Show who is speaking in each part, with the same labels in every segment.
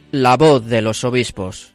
Speaker 1: La voz de los obispos.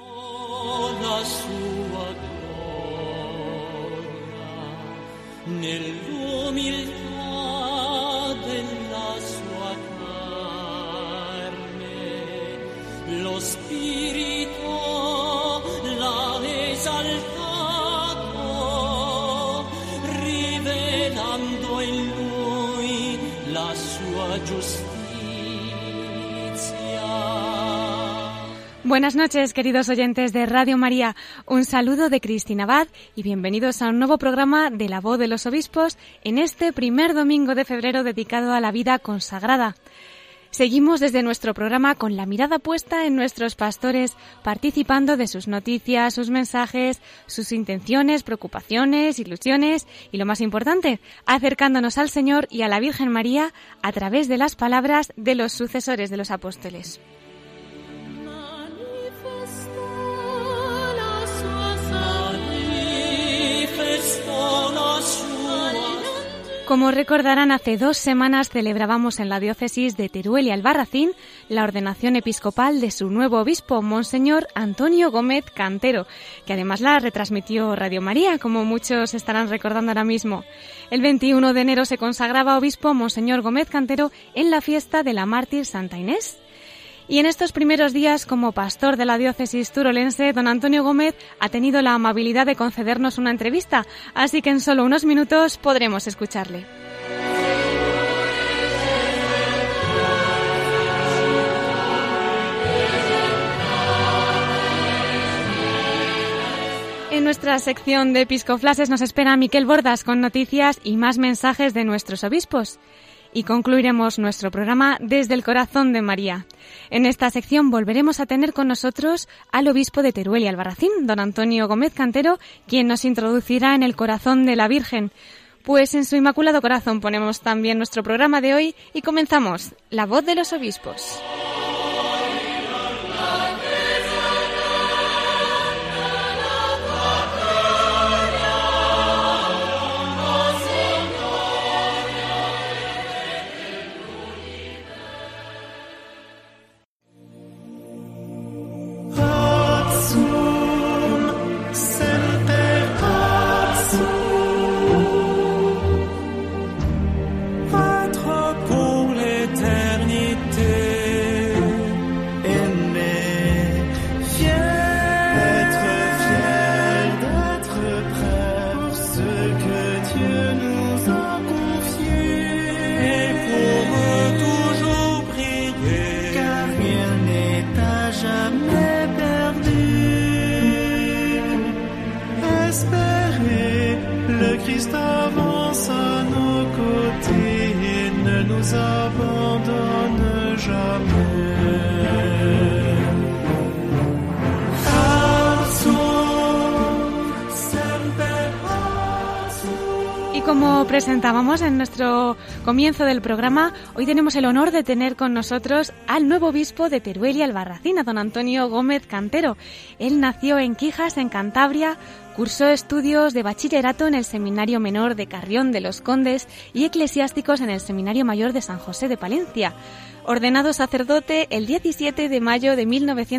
Speaker 2: Buenas noches, queridos oyentes de Radio María. Un saludo de Cristina Abad y bienvenidos a un nuevo programa de La Voz de los Obispos en este primer domingo de febrero dedicado a la vida consagrada. Seguimos desde nuestro programa con la mirada puesta en nuestros pastores, participando de sus noticias, sus mensajes, sus intenciones, preocupaciones, ilusiones y, lo más importante, acercándonos al Señor y a la Virgen María a través de las palabras de los sucesores de los apóstoles. Como recordarán, hace 2 semanas celebrábamos en la diócesis de Teruel y Albarracín la ordenación episcopal de su nuevo obispo, Monseñor Antonio Gómez Cantero, que además la retransmitió Radio María, como muchos estarán recordando ahora mismo. El 21 de enero se consagraba obispo Monseñor Gómez Cantero en la fiesta de la mártir Santa Inés. Y en estos primeros días, como pastor de la diócesis turolense, don Antonio Gómez ha tenido la amabilidad de concedernos una entrevista, así que en solo unos minutos podremos escucharle. En nuestra sección de Episcoflases nos espera Miquel Bordas con noticias y más mensajes de nuestros obispos. Y concluiremos nuestro programa desde el corazón de María. En esta sección volveremos a tener con nosotros al obispo de Teruel y Albarracín, don Antonio Gómez Cantero, quien nos introducirá en el corazón de la Virgen. Pues en su Inmaculado Corazón ponemos también nuestro programa de hoy y comenzamos, La Voz de los Obispos. Como presentábamos en nuestro comienzo del programa, hoy tenemos el honor de tener con nosotros al nuevo obispo de Teruel y Albarracín, a don Antonio Gómez Cantero. Él nació en Quijas, en Cantabria, cursó estudios de bachillerato en el Seminario Menor de Carrión de los Condes y eclesiásticos en el Seminario Mayor de San José de Palencia. Ordenado sacerdote el 17 de mayo de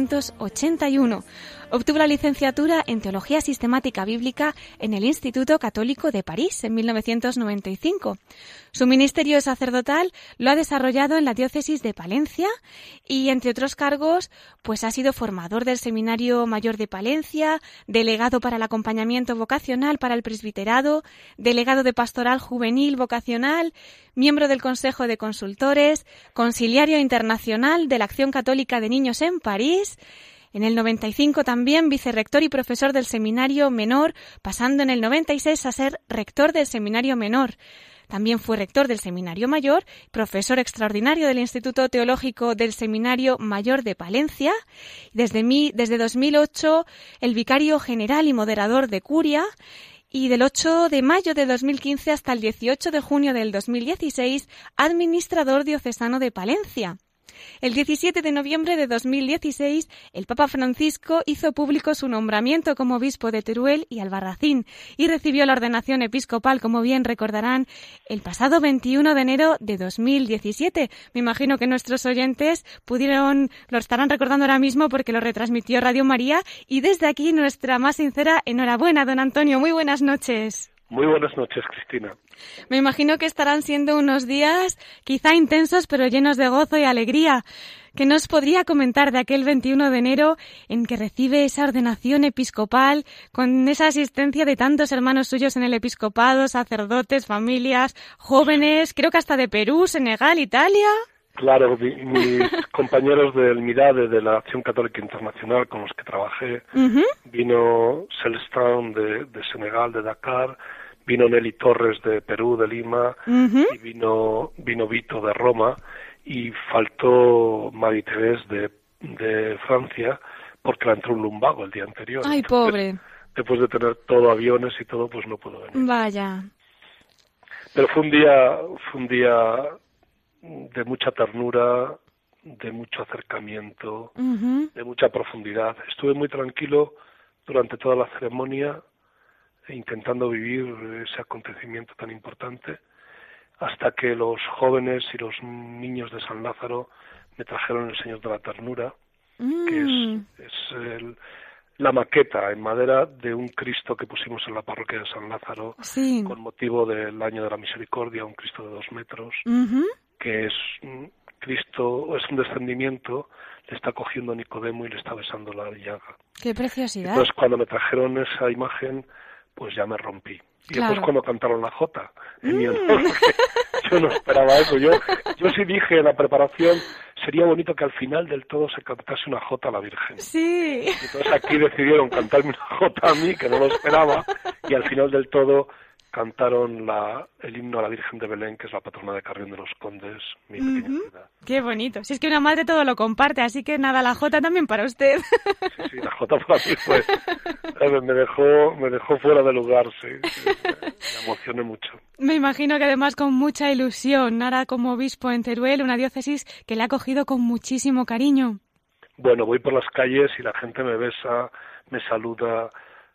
Speaker 2: 1981. Obtuvo la licenciatura en Teología Sistemática Bíblica en el Instituto Católico de París en 1995. Su ministerio sacerdotal lo ha desarrollado en la diócesis de Palencia y, entre otros cargos, pues ha sido formador del Seminario Mayor de Palencia, delegado para el acompañamiento vocacional para el presbiterado, delegado de pastoral juvenil vocacional, miembro del Consejo de Consultores, conciliario internacional de la Acción Católica de Niños en París. En el 95 también vicerrector y profesor del Seminario Menor, pasando en el 96 a ser rector del Seminario Menor. También fue rector del Seminario Mayor, profesor extraordinario del Instituto Teológico del Seminario Mayor de Palencia. Desde 2008, el vicario general y moderador de Curia. Y del 8 de mayo de 2015 hasta el 18 de junio del 2016, administrador diocesano de Palencia. El 17 de noviembre de 2016, el Papa Francisco hizo público su nombramiento como obispo de Teruel y Albarracín y recibió la ordenación episcopal, como bien recordarán, el pasado 21 de enero de 2017. Me imagino que nuestros oyentes lo estarán recordando ahora mismo porque lo retransmitió Radio María, y desde aquí nuestra más sincera enhorabuena, don Antonio. Muy buenas noches.
Speaker 3: Muy buenas noches, Cristina.
Speaker 2: Me imagino que estarán siendo unos días quizá intensos, pero llenos de gozo y alegría. ¿Qué nos podría comentar de aquel 21 de enero en que recibe esa ordenación episcopal, con esa asistencia de tantos hermanos suyos en el episcopado, sacerdotes, familias, jóvenes, creo que hasta de Perú, Senegal, Italia?
Speaker 3: Claro, mis compañeros del MIRADE, de la Acción Católica Internacional, con los que trabajé, vino Celestán de Senegal, de Dakar, vino Nelly Torres de Perú, de Lima, y vino Vito de Roma, y faltó Marie-Thérèse de Francia, porque la entró un lumbago el día anterior.
Speaker 2: ¡Ay,
Speaker 3: entonces,
Speaker 2: pobre!
Speaker 3: Después de tener todo aviones y todo, pues no pudo venir.
Speaker 2: Vaya.
Speaker 3: Pero fue un día de mucha ternura, de mucho acercamiento, de mucha profundidad. Estuve muy tranquilo durante toda la ceremonia, intentando vivir ese acontecimiento tan importante, hasta que los jóvenes y los niños de San Lázaro me trajeron el Señor de la Ternura, que es la maqueta en madera de un Cristo que pusimos en la parroquia de San Lázaro, con motivo del Año de la Misericordia, un Cristo de 2 metros, que es Cristo, es un descendimiento, le está cogiendo a Nicodemo y le está besando la llaga.
Speaker 2: ¡Qué preciosidad!
Speaker 3: Entonces, cuando me trajeron esa imagen, pues ya me rompí. Y después cuando cantaron la jota, en mi honor, yo no esperaba eso. Yo sí dije en la preparación, sería bonito que al final del todo se cantase una jota a la Virgen.
Speaker 2: Sí.
Speaker 3: Entonces aquí decidieron cantarme una jota a mí, que no lo esperaba, y al final del todo cantaron el himno a la Virgen de Belén, que es la patrona de Carrión de los Condes, mi pequeña ciudad.
Speaker 2: ¡Qué bonito! Si es que una madre todo lo comparte, así que nada, la jota también para usted.
Speaker 3: Sí, la jota para mí fue... Me dejó fuera de lugar, sí. Me emocioné mucho.
Speaker 2: Me imagino que además con mucha ilusión, ahora como obispo en Teruel, una diócesis que le ha acogido con muchísimo cariño.
Speaker 3: Bueno, voy por las calles y la gente me besa, me saluda...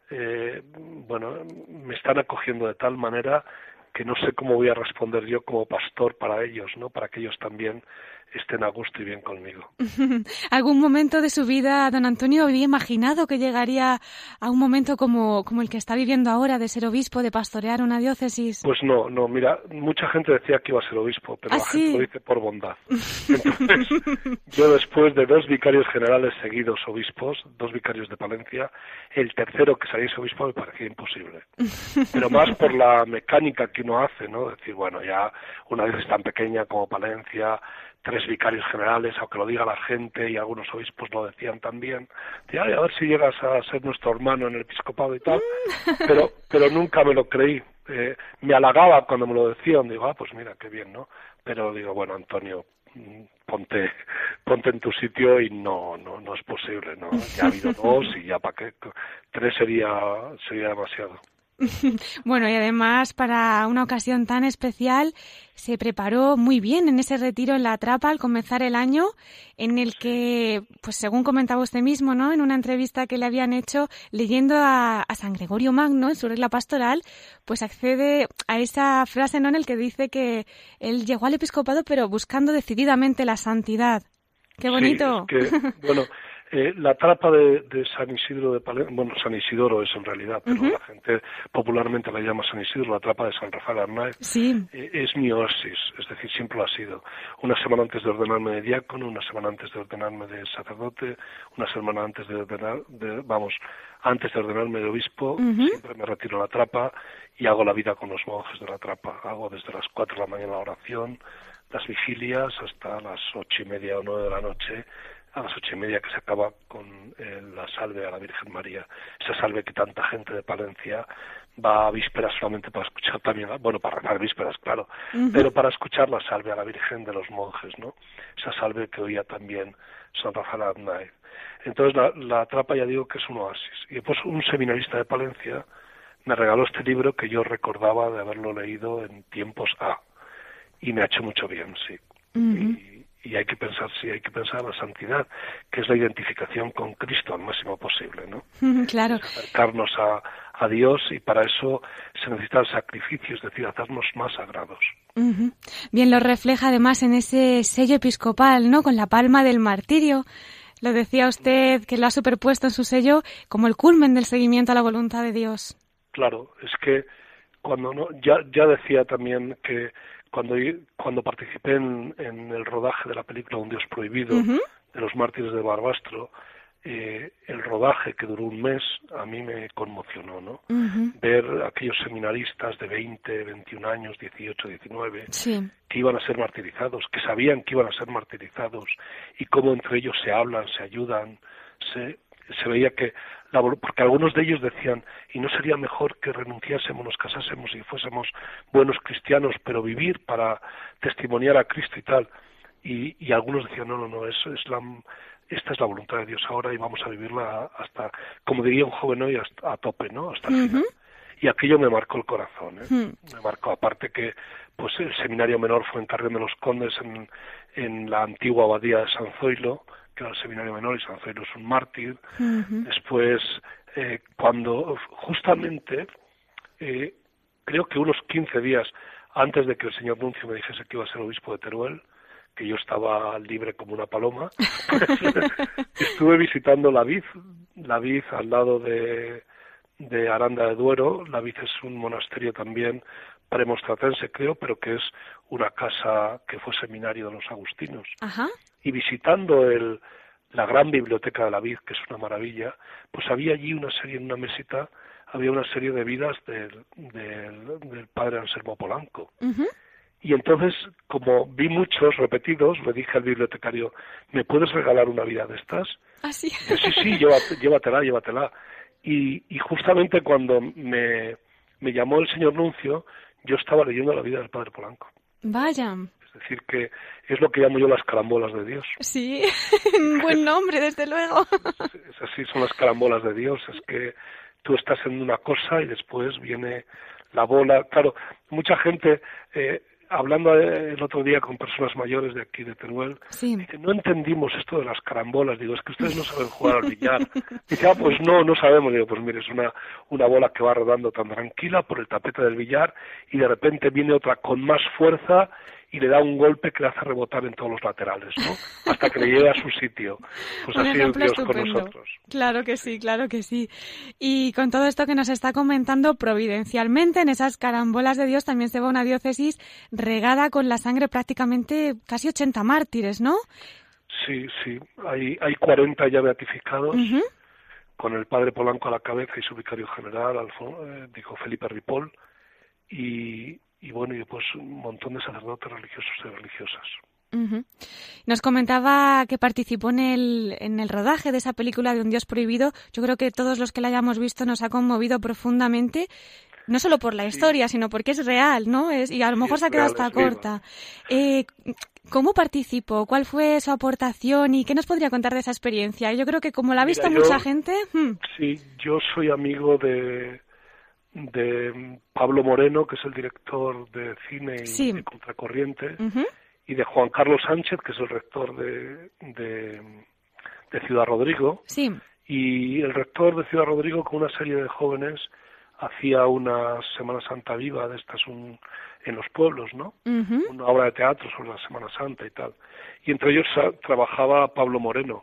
Speaker 3: me están acogiendo de tal manera que no sé cómo voy a responder yo como pastor para ellos, ¿no? Para que ellos también estén a gusto y bien conmigo.
Speaker 2: ¿Algún momento de su vida, don Antonio, había imaginado que llegaría a un momento como el que está viviendo ahora, de ser obispo, de pastorear una diócesis?
Speaker 3: Pues no, mira, mucha gente decía que iba a ser obispo, pero la gente lo dice por bondad. Entonces, yo después de 2 vicarios generales seguidos obispos, 2 vicarios de Palencia, el tercero que saliese obispo me parecía imposible. Pero más por la mecánica que uno hace, ¿no? Decir, bueno, ya una diócesis tan pequeña como Palencia, 3 vicarios generales, aunque lo diga la gente y algunos obispos lo decían también, a ver si llegas a ser nuestro hermano en el episcopado y tal, pero nunca me lo creí. Me halagaba cuando me lo decían, digo, pues mira, qué bien, ¿no? Pero digo, bueno, Antonio, ponte en tu sitio y no es posible, ¿no? Ya ha habido 2 y ya para qué, 3 sería demasiado.
Speaker 2: Bueno, y además para una ocasión tan especial se preparó muy bien en ese retiro en La Trapa al comenzar el año, en el que, pues según comentaba usted mismo, ¿no? En una entrevista que le habían hecho leyendo a San Gregorio Magno en su regla pastoral, pues accede a esa frase, ¿no? En el que dice que él llegó al episcopado pero buscando decididamente la santidad. ¡Qué bonito!
Speaker 3: Sí, es que, bueno, la Trapa de San Isidro de Palencia, bueno, San Isidoro es en realidad, pero la gente popularmente la llama San Isidro, la Trapa de San Rafael Arnaiz, es mi oasis, es decir, siempre lo ha sido. Una semana antes de ordenarme de diácono, una semana antes de ordenarme de sacerdote, una semana antes antes de ordenarme de obispo, siempre me retiro a la Trapa y hago la vida con los monjes de la Trapa. Hago desde las 4 de la mañana la oración, las vigilias hasta las 8:30 o 9 de la noche, a las 8:30 que se acaba con la salve a la Virgen María, esa salve que tanta gente de Palencia va a vísperas solamente para escuchar también, bueno, para rezar vísperas, claro, pero para escuchar la salve a la Virgen de los monjes, ¿no? Esa salve que oía también San Rafael Arnaiz. Entonces la Trapa ya digo que es un oasis. Y después un seminarista de Palencia me regaló este libro que yo recordaba de haberlo leído en tiempos y me ha hecho mucho bien, sí. y hay que pensar en la santidad, que es la identificación con Cristo al máximo posible, ¿no?
Speaker 2: Claro.
Speaker 3: Es acercarnos a Dios, y para eso se necesita el sacrificio, es decir, hacernos más sagrados.
Speaker 2: Bien, lo refleja además en ese sello episcopal, ¿no? Con la palma del martirio. Lo decía usted, que lo ha superpuesto en su sello como el culmen del seguimiento a la voluntad de Dios.
Speaker 3: Claro, es que ya decía también que cuando participé en el rodaje de la película Un Dios prohibido, de los mártires de Barbastro, el rodaje, que duró un mes, a mí me conmocionó, ¿no? Ver aquellos seminaristas de 20, 21 años, 18, 19, que iban a ser martirizados, que sabían que iban a ser martirizados, y cómo entre ellos se hablan, se ayudan, se veía que, porque algunos de ellos decían, ¿y no sería mejor que renunciásemos, nos casásemos y fuésemos buenos cristianos, pero vivir para testimoniar a Cristo y tal? Y algunos decían, no, esta es la voluntad de Dios ahora, y vamos a vivirla hasta, como diría un joven hoy, hasta a tope, ¿no? Hasta el final. Y aquello me marcó el corazón, Me marcó, aparte que pues el seminario menor fue en Carrión de los Condes, en la antigua abadía de San Zoilo, que era el seminario menor, y San Zoilo es un mártir. Después, cuando justamente, creo que unos 15 días antes de que el señor Nuncio me dijese que iba a ser obispo de Teruel, que yo estaba libre como una paloma, estuve visitando la vid al lado de Aranda de Duero. La vid es un monasterio también premonstratense, creo, pero que es una casa que fue seminario de los agustinos. Y visitando la gran biblioteca de la vid, que es una maravilla, pues había allí en una mesita, había una serie de vidas del padre Anselmo Polanco. Y entonces, como vi muchos repetidos, le dije al bibliotecario, ¿me puedes regalar una vida de estas?
Speaker 2: Sí.
Speaker 3: Sí, llévatela. Y justamente cuando me llamó el señor Nuncio, yo estaba leyendo la vida del padre Polanco.
Speaker 2: Vaya.
Speaker 3: Es decir, que es lo que llamo yo las carambolas de Dios.
Speaker 2: Sí, buen nombre, desde luego.
Speaker 3: Es así, son las carambolas de Dios. Es que tú estás en una cosa y después viene la bola. Claro, mucha gente... hablando el otro día con personas mayores de aquí de Teruel, dice, no entendimos esto de las carambolas. Digo, es que ustedes no saben jugar al billar. Dice, pues no sabemos. Digo, pues mire, es una bola que va rodando tan tranquila por el tapete del billar, y de repente viene otra con más fuerza y le da un golpe que le hace rebotar en todos los laterales, ¿no? Hasta que le llegue a su sitio. Pues así es Dios con nosotros.
Speaker 2: Claro que sí, claro que sí. Y con todo esto que nos está comentando, providencialmente, en esas carambolas de Dios también se va una diócesis regada con la sangre prácticamente casi 80 mártires, ¿no? Sí.
Speaker 3: Hay 40 ya beatificados, con el padre Polanco a la cabeza y su vicario general, Felipe Ripoll, y bueno, y pues un montón de sacerdotes religiosos y religiosas.
Speaker 2: Nos comentaba que participó en el rodaje de esa película de Un Dios prohibido. Yo creo que todos los que la hayamos visto nos ha conmovido profundamente, no solo por la historia, sino porque es real, ¿no? Y a lo mejor se ha quedado hasta corta. ¿Cómo participó? ¿Cuál fue su aportación? ¿Y qué nos podría contar de esa experiencia? Yo creo que como la ha visto mucha gente...
Speaker 3: Sí, yo soy amigo de Pablo Moreno, que es el director de cine y de Contracorriente, y de Juan Carlos Sánchez, que es el rector de Ciudad Rodrigo. Y el rector de Ciudad Rodrigo, con una serie de jóvenes, hacía una Semana Santa viva de estas en los pueblos, ¿no? Una obra de teatro sobre la Semana Santa y tal. Y entre ellos trabajaba Pablo Moreno.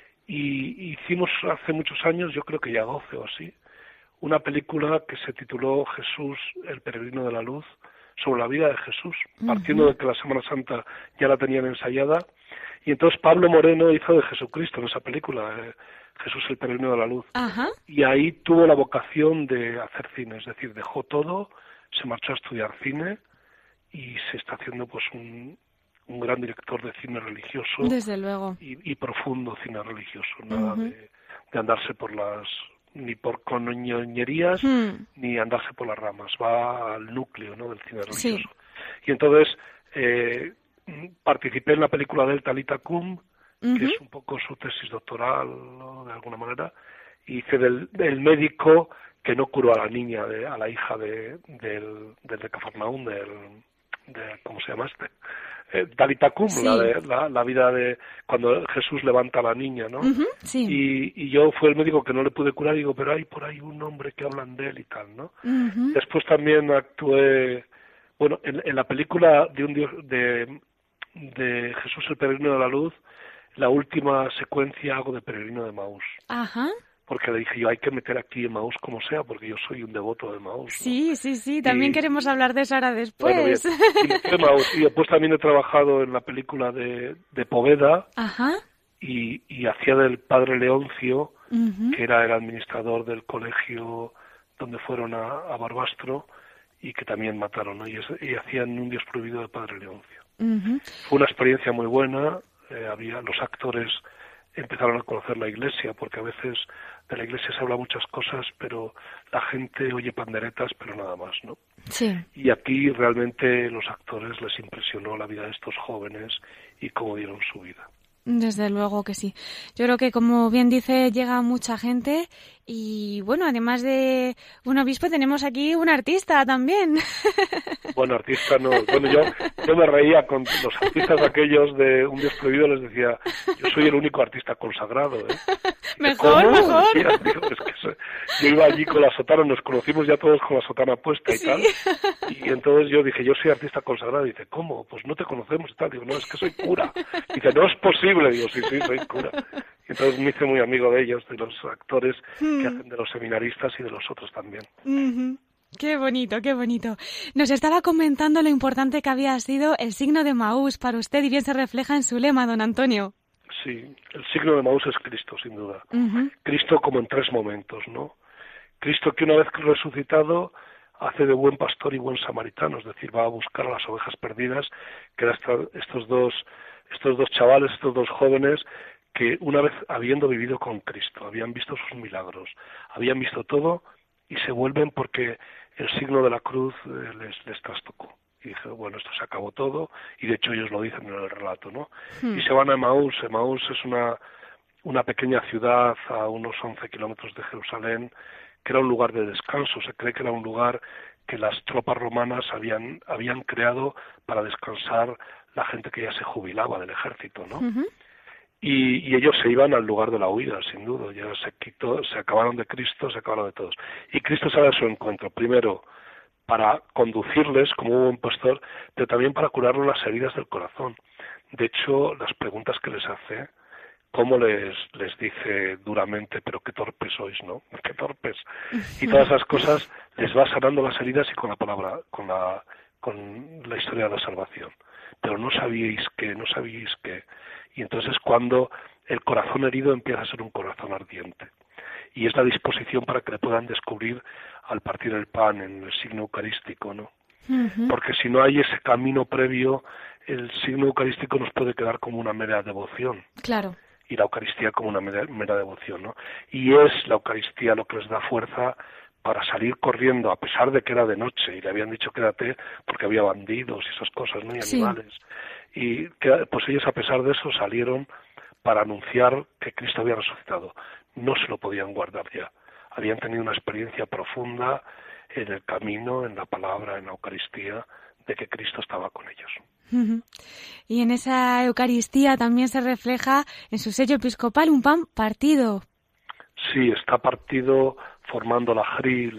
Speaker 3: Y hicimos hace muchos años, yo creo que ya 12 o así, una película que se tituló Jesús, el peregrino de la luz, sobre la vida de Jesús, partiendo de que la Semana Santa ya la tenían ensayada. Y entonces Pablo Moreno hizo de Jesucristo en esa película, Jesús, el peregrino de la luz. Y ahí tuvo la vocación de hacer cine, es decir, dejó todo, se marchó a estudiar cine y se está haciendo pues un gran director de cine religioso.
Speaker 2: Desde luego.
Speaker 3: Y profundo cine religioso, nada de andarse ni por coñoñerías, ni andarse por las ramas, va al núcleo, ¿no?, del cine religioso. Y entonces participé en la película del Talita Cum, que es un poco su tesis doctoral, ¿no?, de alguna manera, y hice del médico que no curó a la niña, a la hija del de Cafarnaún, ¿cómo se llama este? Dalitakum,
Speaker 2: sí.
Speaker 3: la vida de cuando Jesús levanta a la niña, ¿no?
Speaker 2: Sí.
Speaker 3: Y yo fui el médico que no le pude curar y digo, pero hay por ahí un hombre que hablan de él y tal, ¿no? Después también actué, bueno, en la película de un Dios, de Jesús el Peregrino de la Luz, la última secuencia hago de Peregrino de Maús.
Speaker 2: Ajá. Porque
Speaker 3: le dije yo, hay que meter aquí Emaús como sea, porque yo soy un devoto de Emaús.
Speaker 2: Sí, ¿no? Sí, también queremos hablar de eso ahora después.
Speaker 3: Bueno, y después también he trabajado en la película de Poveda.
Speaker 2: Ajá.
Speaker 3: Y hacía del padre Leoncio, que era el administrador del colegio donde fueron a Barbastro y que también mataron, ¿no? Y hacían Un Dios prohibido del padre Leoncio. Fue una experiencia muy buena, los actores empezaron a conocer la iglesia, porque a veces de la iglesia se habla muchas cosas, pero la gente oye panderetas, pero nada más, ¿no?
Speaker 2: Sí.
Speaker 3: Y aquí realmente los actores les impresionó la vida de estos jóvenes y cómo dieron su vida.
Speaker 2: Desde luego que sí. Yo creo que, como bien dice, llega mucha gente y, bueno, además de un obispo, tenemos aquí un artista también.
Speaker 3: Bueno, artista no. Bueno, yo me reía con los artistas aquellos de Un Dios prohibido, les decía, yo soy el único artista consagrado, ¿eh?
Speaker 2: Mejor.
Speaker 3: Decía, tío, es que yo iba allí con la sotana, nos conocimos ya todos con la sotana puesta y tal, y entonces yo dije, yo soy artista consagrado, y dice, ¿cómo? Pues no te conocemos y tal. Digo, no, es que soy cura. Y dice, no es posible. Digo, sí, soy cura. Y entonces me hice muy amigo de ellos, de los actores que hacen de los seminaristas y de los otros también.
Speaker 2: Qué bonito, qué bonito. Nos estaba comentando lo importante que había sido el signo de Emaús para usted y bien se refleja en su lema, don Antonio.
Speaker 3: Sí, el signo de Emaús es Cristo, sin duda. Cristo como en tres momentos, ¿no? Cristo que una vez resucitado hace de buen pastor y buen samaritano, es decir, va a buscar a las ovejas perdidas, que eran estos dos chavales, estos dos jóvenes, que una vez habiendo vivido con Cristo, habían visto sus milagros, habían visto todo y se vuelven porque el signo de la cruz les trastocó. Y dije, bueno, esto se acabó todo, y de hecho ellos lo dicen en el relato, ¿no? Y se van a Emaús. Emaús es una pequeña ciudad a unos 11 kilómetros de Jerusalén, que era un lugar de descanso. Se cree que era un lugar que las tropas romanas habían creado para descansar la gente que ya se jubilaba del ejército, ¿no? Y ellos se iban al lugar de la huida, sin duda. Ya se acabaron de Cristo, se acabaron de todos. Y Cristo sale a su encuentro, primero para conducirles como un buen pastor, pero también para curarles las heridas del corazón. De hecho, las preguntas que les hace, cómo les dice duramente, pero qué torpes sois, ¿no? Qué torpes. Y todas esas cosas les va sanando las heridas y con la palabra, con la historia de la salvación. Pero no sabíais qué. Y entonces cuando el corazón herido empieza a ser un corazón ardiente. Y es la disposición para que le puedan descubrir al partir el pan en el signo eucarístico, ¿no? Porque si no hay ese camino previo, el signo eucarístico nos puede quedar como una mera devoción.
Speaker 2: Claro.
Speaker 3: Y la Eucaristía como una mera devoción, ¿no? Y es la Eucaristía lo que les da fuerza para salir corriendo, a pesar de que era de noche, y le habían dicho quédate porque había bandidos y esas cosas, ¿no? Y animales. Y pues ellos, a pesar de eso, salieron para anunciar que Cristo había resucitado. No se lo podían guardar ya. Habían tenido una experiencia profunda en el camino, en la palabra, en la Eucaristía, de que Cristo estaba con ellos.
Speaker 2: Y en esa Eucaristía también se refleja en su sello episcopal un pan partido.
Speaker 3: Sí, está partido formando la jri,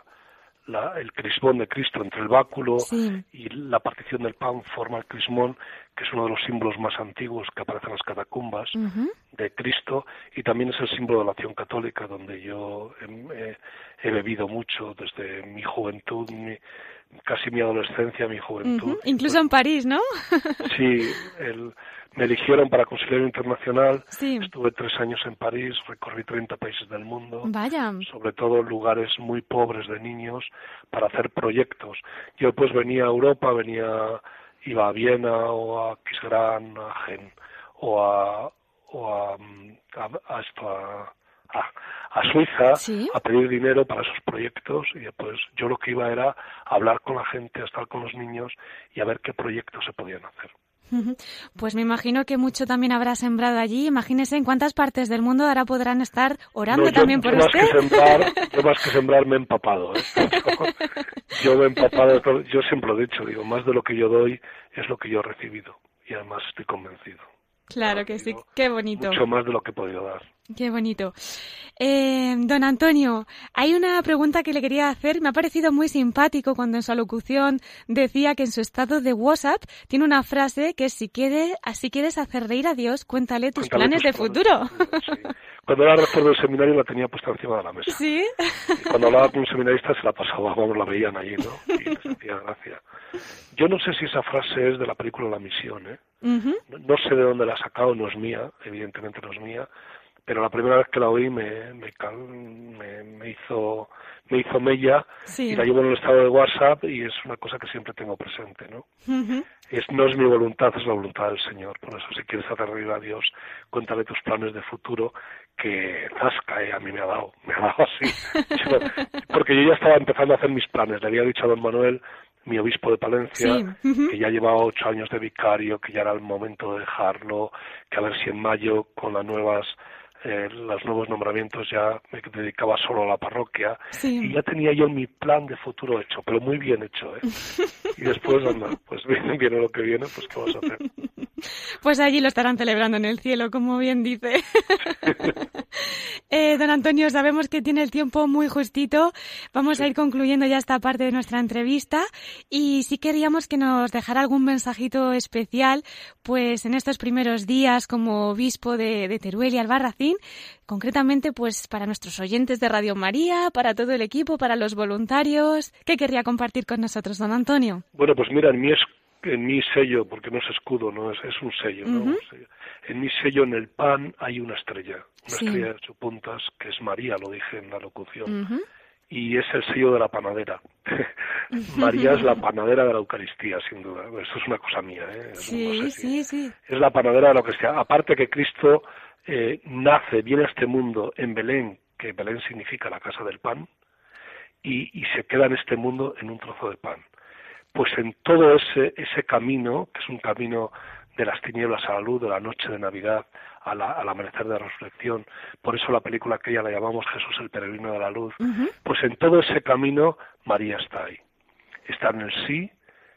Speaker 3: el crismón de Cristo entre el báculo y la partición del pan forma el crismón, que es uno de los símbolos más antiguos que aparecen en las catacumbas de Cristo, y también es el símbolo de la acción católica, donde yo he bebido mucho desde mi juventud, casi mi adolescencia, mi juventud.
Speaker 2: Incluso en París, ¿no?
Speaker 3: Sí, me eligieron para consejero internacional,
Speaker 2: sí.
Speaker 3: Estuve 3 años en París, recorrí 30 países del mundo,
Speaker 2: Vaya.
Speaker 3: Sobre todo lugares muy pobres de niños, para hacer proyectos. Yo pues venía a Europa, iba a Viena o a Quisgrán, a Gen, o a Suiza,
Speaker 2: ¿sí?
Speaker 3: A pedir dinero para esos proyectos, y después yo lo que iba era a hablar con la gente, a estar con los niños y a ver qué proyectos se podían hacer.
Speaker 2: Pues me imagino que mucho también habrá sembrado allí. Imagínese en cuántas partes del mundo ahora podrán estar orando también por usted.
Speaker 3: Yo más que sembrar me he empapado. Yo me he empapado. Yo siempre lo he dicho, digo, más de lo que yo doy es lo que yo he recibido. Y además estoy convencido.
Speaker 2: Claro que sí, qué bonito.
Speaker 3: Mucho más de lo que he podido dar.
Speaker 2: Qué bonito. Don Antonio, hay una pregunta que le quería hacer. Me ha parecido muy simpático cuando en su alocución decía que en su estado de WhatsApp tiene una frase que es: si quieres hacer reír a Dios, cuéntale tus planes de futuro.
Speaker 3: Sí. Cuando era rector del seminario la tenía puesta encima de la mesa.
Speaker 2: ¿Sí?
Speaker 3: Y cuando hablaba con un seminarista se la pasaba, la veían allí, ¿no? Y les hacía gracia. Yo no sé si esa frase es de la película La Misión, ¿eh? Uh-huh. No sé de dónde la ha sacado, no es mía, evidentemente no es mía, pero la primera vez que la oí me hizo mella, sí. Y la llevo en el estado de WhatsApp y es una cosa que siempre tengo presente, ¿no? Uh-huh. No es mi voluntad, es la voluntad del Señor. Por eso, si quieres hacer reír a Dios, cuéntale tus planes de futuro, que zasca, a mí me ha dado así. Porque yo ya estaba empezando a hacer mis planes. Le había dicho a don Manuel, mi obispo de Palencia, sí. Uh-huh. Que ya llevaba 8 años de vicario, que ya era el momento de dejarlo, que a ver si en mayo, con los nuevos nombramientos, ya me dedicaba solo a la parroquia, sí. Y ya tenía yo mi plan de futuro hecho, pero muy bien hecho, ¿eh? Y después, anda, pues viene lo que viene, pues ¿qué vas a hacer?
Speaker 2: Pues allí lo estarán celebrando en el cielo, como bien dice. Don Antonio, sabemos que tiene el tiempo muy justito. Vamos a ir concluyendo ya esta parte de nuestra entrevista y sí queríamos que nos dejara algún mensajito especial, pues en estos primeros días como obispo de Teruel y Albarracín, concretamente pues para nuestros oyentes de Radio María, para todo el equipo, para los voluntarios. ¿Qué querría compartir con nosotros, don Antonio?
Speaker 3: Bueno, pues mira, en mi sello, porque no es escudo, no es un sello, ¿no? Uh-huh. Un sello. En mi sello, en el pan, hay una estrella de 8 puntas, que es María, lo dije en la locución, uh-huh. Y es el sello de la panadera. María es la panadera de la Eucaristía, sin duda. Esto es una cosa mía, ¿eh?
Speaker 2: Sí.
Speaker 3: Es la panadera de la Eucaristía. Aparte que Cristo viene a este mundo en Belén, que Belén significa la casa del pan, y se queda en este mundo en un trozo de pan. Pues en todo ese camino, que es un camino de las tinieblas a la luz, de la noche de Navidad al amanecer de la resurrección, por eso la película aquella la llamamos Jesús el peregrino de la luz, uh-huh. Pues en todo ese camino María está ahí. Está en el sí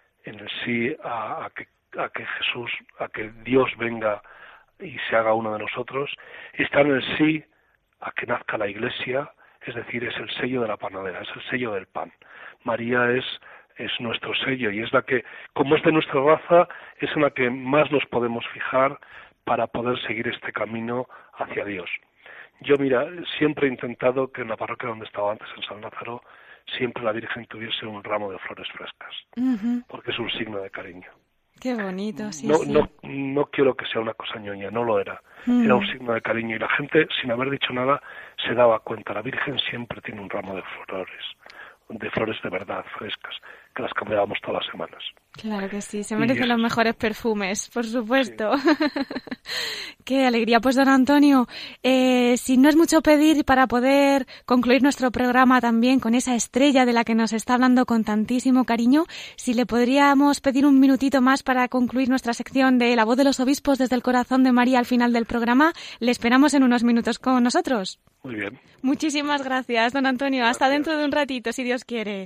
Speaker 3: a que Jesús, a que Dios venga y se haga uno de nosotros. Está en el sí a que nazca la Iglesia, es decir, es el sello de la panadera, es el sello del pan. María es nuestro sello y es la que, como es de nuestra raza, es en la que más nos podemos fijar para poder seguir este camino hacia Dios. Yo, mira, siempre he intentado que en la parroquia donde estaba antes, en San Lázaro, siempre la Virgen tuviese un ramo de flores frescas, uh-huh. Porque es un signo de cariño.
Speaker 2: Qué bonito, sí.
Speaker 3: No quiero que sea una cosa ñoña, no lo era. Uh-huh. Era un signo de cariño y la gente, sin haber dicho nada, se daba cuenta. La Virgen siempre tiene un ramo de flores de verdad, frescas, que las cambiábamos todas las semanas.
Speaker 2: Claro que sí, se merecen los mejores perfumes, por supuesto. Sí. Qué alegría. Pues don Antonio, si no es mucho pedir, para poder concluir nuestro programa también con esa estrella de la que nos está hablando con tantísimo cariño, si le podríamos pedir un minutito más para concluir nuestra sección de La Voz de los Obispos desde el Corazón de María al final del programa, le esperamos en unos minutos con nosotros.
Speaker 3: Muy bien.
Speaker 2: Muchísimas gracias, don Antonio. Gracias. Hasta dentro de un ratito, si Dios quiere.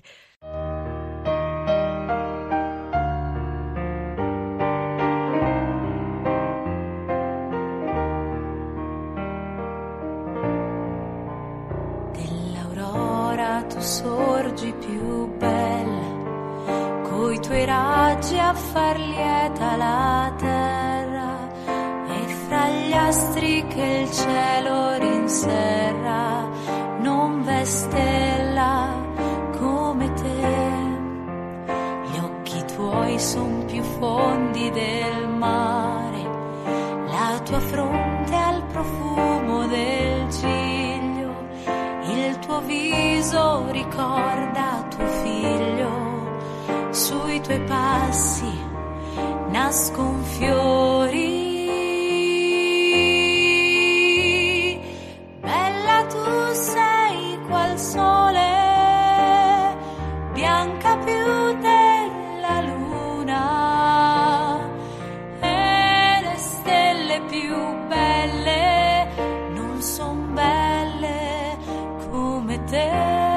Speaker 4: Dell'aurora tu sorgi più bella, coi tuoi raggi a far lieta la terra, e fra gli astri che il cielo rinserra non v'è stella come te. Gli occhi tuoi son più fondi del mare, la tua fronte ha il profumo del giglio, il tuo viso ricorda tuo figlio, sui tuoi passi nascon fiori. Sole, bianca più della luna, più belle non son belle come te,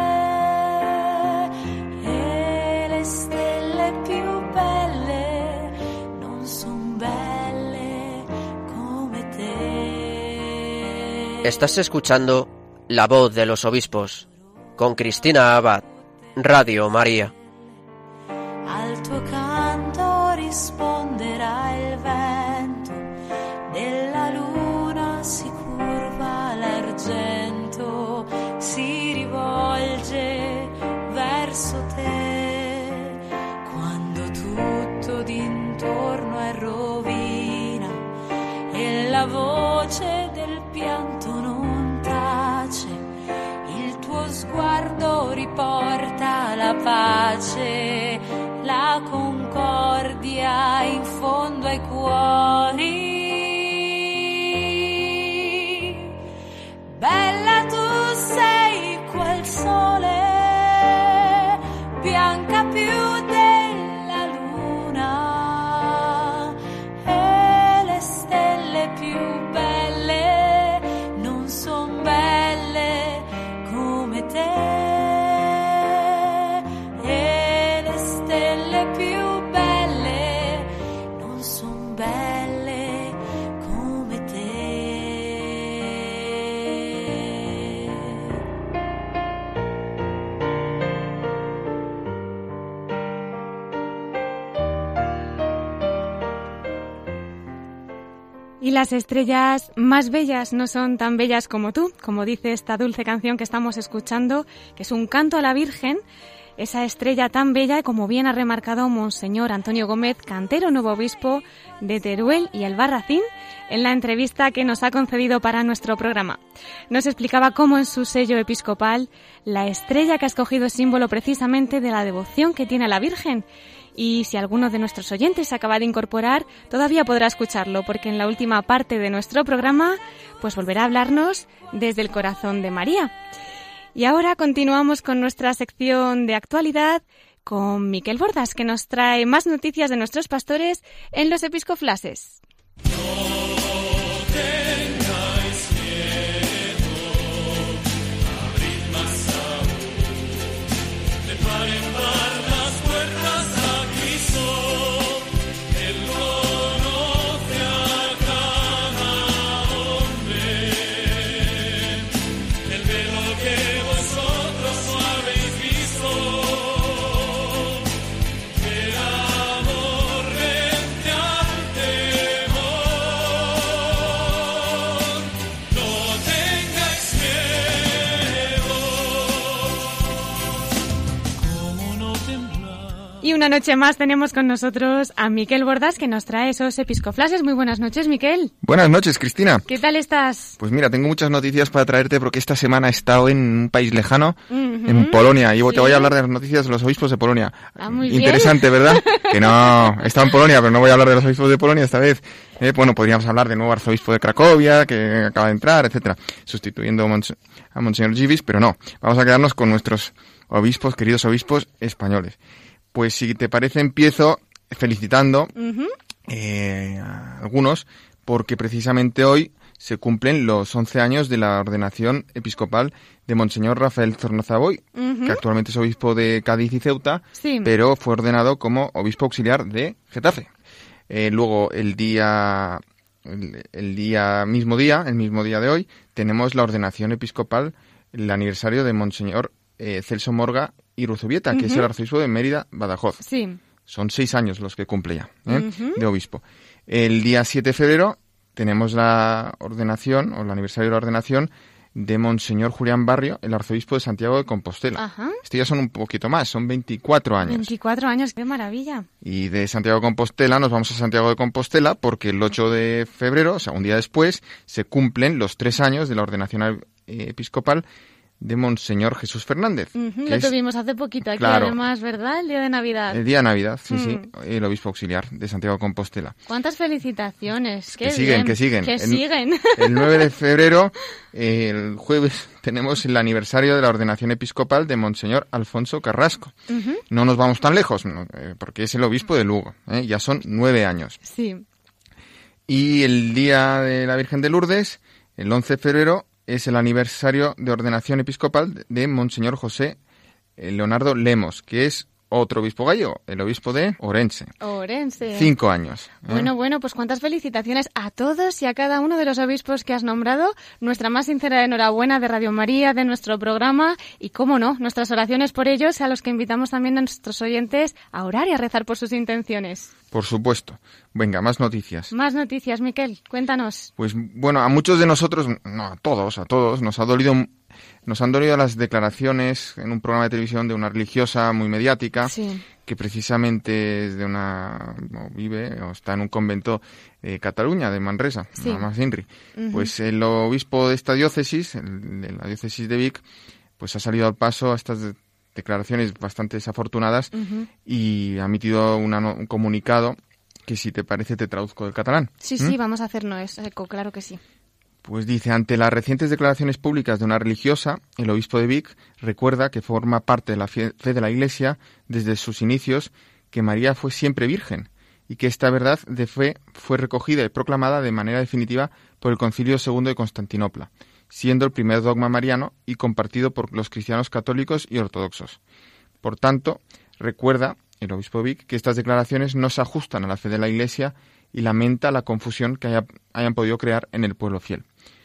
Speaker 4: e le stelle più belle non son belle come te.
Speaker 1: Estás escuchando La Voz de los Obispos con Cristina Abad, Radio María.
Speaker 4: Al tuo canto risponderà il vento, della luna si curva l'argento, si rivolge verso te, quando tutto d'intorno è rovina e la voce del pianto non tace, il tuo sguardo riporta la pace, la concordia in fondo ai cuori. Bella tu sei quel sole, bianca più della luna, e le stelle più belle non son belle come te.
Speaker 2: Y las estrellas más bellas no son tan bellas como tú, como dice esta dulce canción que estamos escuchando, que es un canto a la Virgen, esa estrella tan bella, como bien ha remarcado Monseñor Antonio Gómez, cantero nuevo obispo de Teruel y Albarracín, en la entrevista que nos ha concedido para nuestro programa. Nos explicaba cómo en su sello episcopal la estrella que ha escogido es símbolo precisamente de la devoción que tiene a la Virgen. Y si alguno de nuestros oyentes se acaba de incorporar, todavía podrá escucharlo, porque en la última parte de nuestro programa pues volverá a hablarnos desde el corazón de María. Y ahora continuamos con nuestra sección de actualidad con Miquel Bordas, que nos trae más noticias de nuestros pastores en los episcoflases. Y una noche más tenemos con nosotros a Miquel Bordas, que nos trae esos episcoflases. Muy buenas noches, Miquel.
Speaker 5: Buenas noches, Cristina.
Speaker 2: ¿Qué tal estás?
Speaker 5: Pues mira, tengo muchas noticias para traerte porque esta semana he estado en un país lejano, en Polonia, y te voy a hablar de las noticias de los obispos de Polonia.
Speaker 2: Muy
Speaker 5: Interesante,
Speaker 2: bien.
Speaker 5: ¿verdad? Que no, he estado en Polonia, pero no voy a hablar de los obispos de Polonia esta vez. Bueno, podríamos hablar del nuevo arzobispo de Cracovia, que acaba de entrar, etcétera, sustituyendo a Monseñor Givis, pero no. Vamos a quedarnos con nuestros obispos, queridos obispos españoles. Pues si te parece, empiezo felicitando a algunos, porque precisamente hoy se cumplen los 11 años de la ordenación episcopal de Monseñor Rafael Zornozaboy, que actualmente es obispo de Cádiz y Ceuta, pero fue ordenado como obispo auxiliar de Getafe. Luego, el mismo día de hoy, tenemos la ordenación episcopal, el aniversario de Monseñor Celso Morga y Ruzubieta, que es el arzobispo de Mérida, Badajoz. Sí. Son 6 años los que cumple ya, de obispo. El día 7 de febrero tenemos la ordenación, o el aniversario de la ordenación, de Monseñor Julián Barrio, el arzobispo de Santiago de Compostela. Ajá. Estos ya son un poquito más, son 24 años.
Speaker 2: 24 años, qué maravilla.
Speaker 5: Y de Santiago de Compostela nos vamos a Santiago de Compostela porque el 8 de febrero, o sea, un día después, se cumplen los 3 años de la ordenación episcopal de Monseñor Jesús Fernández.
Speaker 2: Lo tuvimos hace poquito aquí, claro, además, ¿verdad? El día de Navidad.
Speaker 5: El día de Navidad, sí, el obispo auxiliar de Santiago de Compostela.
Speaker 2: ¿Cuántas felicitaciones?
Speaker 5: Que siguen.
Speaker 2: siguen.
Speaker 5: El 9 de febrero, el jueves, tenemos el aniversario de la ordenación episcopal de Monseñor Alfonso Carrasco. No nos vamos tan lejos, porque es el obispo de Lugo, ya son 9 años.
Speaker 2: Sí.
Speaker 5: Y el Día de la Virgen de Lourdes, el 11 de febrero, es el aniversario de ordenación episcopal de Monseñor José Leonardo Lemos, que es otro obispo gallego, el obispo de Orense. 5 años.
Speaker 2: Bueno, pues cuántas felicitaciones a todos y a cada uno de los obispos que has nombrado. Nuestra más sincera enhorabuena de Radio María, de nuestro programa y, cómo no, nuestras oraciones por ellos, a los que invitamos también a nuestros oyentes a orar y a rezar por sus intenciones.
Speaker 5: Por supuesto. Venga, más noticias.
Speaker 2: Más noticias, Miquel, cuéntanos.
Speaker 5: Pues bueno, a muchos de nosotros, no a todos, nos han dolido las declaraciones en un programa de televisión de una religiosa muy mediática,
Speaker 2: sí,
Speaker 5: que precisamente es vive o está en un convento de Cataluña, de Manresa,
Speaker 2: sí,
Speaker 5: Mamá Sinri.
Speaker 2: Uh-huh.
Speaker 5: Pues el obispo de esta diócesis, de la diócesis de Vic, pues ha salido al paso a estas declaraciones bastante desafortunadas, uh-huh, y ha emitido un comunicado que, si te parece, te traduzco del catalán.
Speaker 2: Sí, sí, vamos a hacernos eco, claro que sí.
Speaker 5: Pues dice: ante las recientes declaraciones públicas de una religiosa, el obispo de Vic recuerda que forma parte de la fe de la Iglesia desde sus inicios, que María fue siempre virgen y que esta verdad de fe fue recogida y proclamada de manera definitiva por el Concilio II de Constantinopla, siendo el primer dogma mariano y compartido por los cristianos católicos y ortodoxos. Por tanto, recuerda el obispo Vic que estas declaraciones no se ajustan a la fe de la Iglesia y lamenta la confusión que hayan podido crear en el pueblo fiel.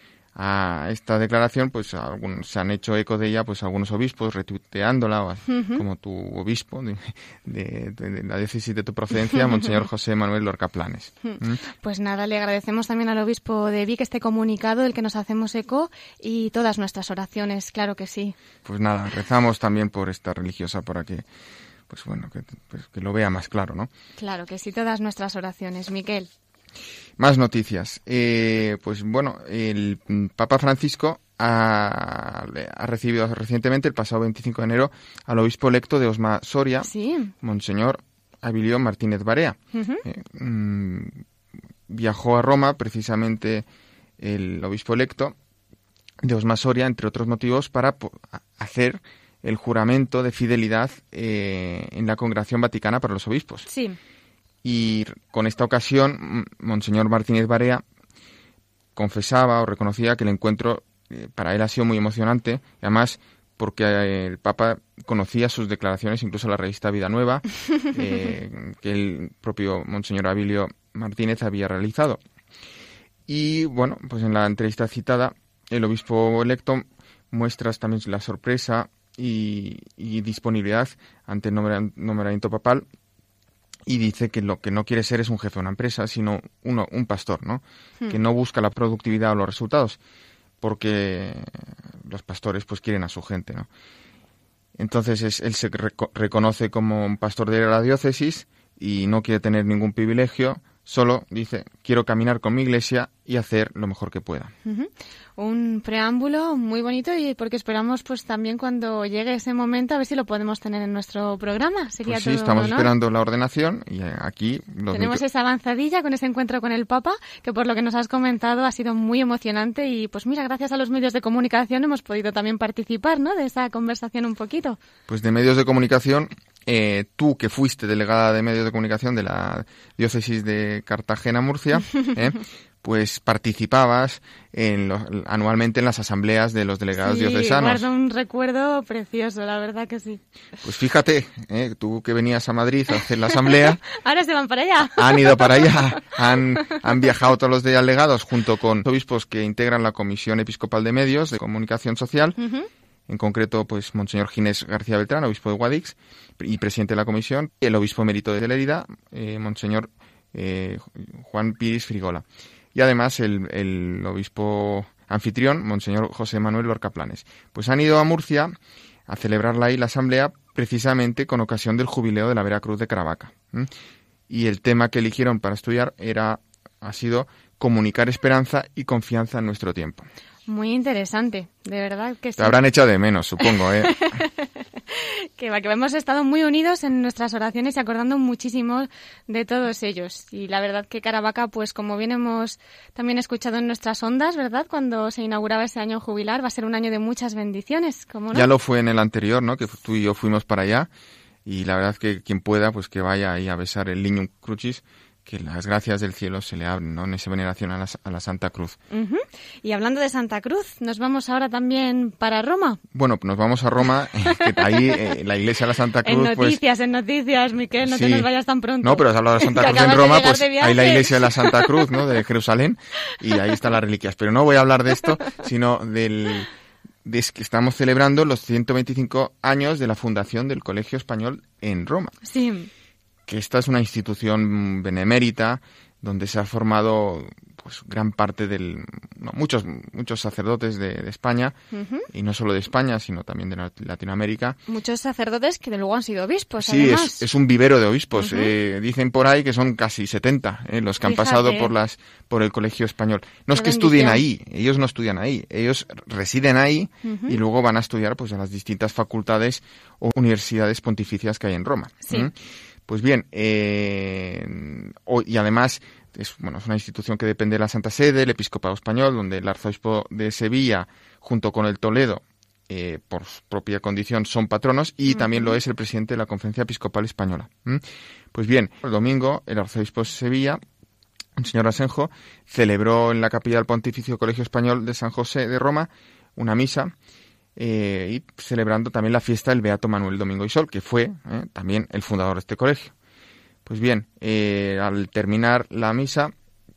Speaker 5: A esta declaración, pues se han hecho eco de ella, pues algunos obispos retuiteándola, uh-huh, como tu obispo de la diócesis de tu procedencia, Monseñor José Manuel Lorca Planes.
Speaker 2: Uh-huh. Pues nada, le agradecemos también al obispo de Vic este comunicado del que nos hacemos eco y todas nuestras oraciones, claro que sí.
Speaker 5: Pues nada, rezamos también por esta religiosa para que, pues bueno, que lo vea más claro, ¿no?
Speaker 2: Claro que sí, todas nuestras oraciones, Miquel.
Speaker 5: Más noticias. Pues bueno, el Papa Francisco ha recibido recientemente, el pasado 25 de enero, al obispo electo de Osma Soria,
Speaker 2: sí,
Speaker 5: Monseñor Abilio Martínez Barea. Uh-huh. Viajó a Roma, precisamente, el obispo electo de Osma Soria, entre otros motivos, para hacer el juramento de fidelidad en la Congregación Vaticana para los Obispos.
Speaker 2: Sí.
Speaker 5: Y con esta ocasión, Monseñor Martínez Barea confesaba o reconocía que el encuentro para él ha sido muy emocionante, y además porque el Papa conocía sus declaraciones, incluso en la revista Vida Nueva, que el propio Monseñor Abilio Martínez había realizado. Y bueno, pues en la entrevista citada, el obispo electo muestra también la sorpresa y disponibilidad ante el nombramiento papal, y dice que lo que no quiere ser es un jefe de una empresa, sino un pastor, ¿no? Que no busca la productividad o los resultados, porque los pastores pues quieren a su gente, ¿no? Entonces él se reconoce como un pastor de la diócesis y no quiere tener ningún privilegio, solo dice: quiero caminar con mi iglesia y hacer lo mejor que pueda.
Speaker 2: Uh-huh. Un preámbulo muy bonito, y porque esperamos pues también cuando llegue ese momento a ver si lo podemos tener en nuestro programa. Sería
Speaker 5: pues sí,
Speaker 2: todo,
Speaker 5: estamos
Speaker 2: ¿no?
Speaker 5: esperando la ordenación y aquí
Speaker 2: tenemos esa avanzadilla con ese encuentro con el Papa, que por lo que nos has comentado ha sido muy emocionante, y pues mira, gracias a los medios de comunicación hemos podido también participar, ¿no?, de esa conversación un poquito.
Speaker 5: Pues de medios de comunicación, tú que fuiste delegada de medios de comunicación de la diócesis de Cartagena-Murcia, pues participabas anualmente en las asambleas de los delegados diocesanos.
Speaker 2: Sí, guardo un recuerdo precioso, la verdad que sí.
Speaker 5: Pues fíjate, tú que venías a Madrid a hacer la asamblea...
Speaker 2: Ahora se van para allá.
Speaker 5: Han ido para allá, han viajado todos los delegados junto con obispos que integran la Comisión Episcopal de Medios de Comunicación Social, uh-huh, en concreto, pues Monseñor Ginés García Beltrán, obispo de Guadix y presidente de la comisión, y el obispo emérito de Lérida, Monseñor Juan Piris Frigola. Y además el obispo anfitrión, Monseñor José Manuel Lorca Planes. Pues han ido a Murcia a celebrarla ahí la asamblea, precisamente con ocasión del jubileo de la Vera Cruz de Caravaca. Y el tema que eligieron para estudiar ha sido comunicar esperanza y confianza en nuestro tiempo.
Speaker 2: Muy interesante, de verdad que sí.
Speaker 5: Te habrán echado de menos, supongo,
Speaker 2: Que hemos estado muy unidos en nuestras oraciones y acordando muchísimo de todos ellos. Y la verdad que Caravaca, pues como bien hemos también escuchado en nuestras ondas, ¿verdad?, cuando se inauguraba ese año jubilar, va a ser un año de muchas bendiciones, ¿cómo no?
Speaker 5: Ya lo fue en el anterior, ¿no?, que tú y yo fuimos para allá, y la verdad que quien pueda, pues que vaya ahí a besar el Lignum Crucis que las gracias del cielo se le abren, ¿no? En esa veneración a la Santa Cruz.
Speaker 2: Uh-huh. Y hablando de Santa Cruz, ¿nos vamos ahora también para Roma?
Speaker 5: Bueno, nos vamos a Roma, que ahí la iglesia de la Santa Cruz...
Speaker 2: En noticias, Miquel, no te nos vayas tan pronto.
Speaker 5: No, pero has hablado de la Santa Cruz en Roma, pues hay la iglesia de la Santa Cruz, ¿no? De Jerusalén, y ahí están las reliquias. Pero no voy a hablar de esto, sino de que estamos celebrando los 125 años de la fundación del Colegio Español en Roma.
Speaker 2: Sí.
Speaker 5: Que esta es una institución benemérita donde se ha formado pues gran parte muchos sacerdotes de España, uh-huh. Y no solo de España, sino también de Latinoamérica.
Speaker 2: Muchos sacerdotes que luego han sido obispos,
Speaker 5: sí,
Speaker 2: además.
Speaker 5: Es un vivero de obispos.
Speaker 2: Uh-huh.
Speaker 5: Dicen por ahí que son casi 70 los que han pasado por el Colegio Español. No es que estudien ahí, ellos no estudian ahí, ellos residen ahí, uh-huh. Y luego van a estudiar pues a las distintas facultades o universidades pontificias que hay en Roma.
Speaker 2: Sí.
Speaker 5: Pues bien, y además es una institución que depende de la Santa Sede, el Episcopado Español, donde el arzobispo de Sevilla, junto con el Toledo, por su propia condición, son patronos, y también lo es el presidente de la Conferencia Episcopal Española. Pues bien, el domingo el arzobispo de Sevilla, Monseñor Asenjo, celebró en la capilla del Pontificio Colegio Español de San José de Roma una misa, y celebrando también la fiesta del Beato Manuel Domingo y Sol, que fue también el fundador de este colegio. Pues bien, al terminar la misa,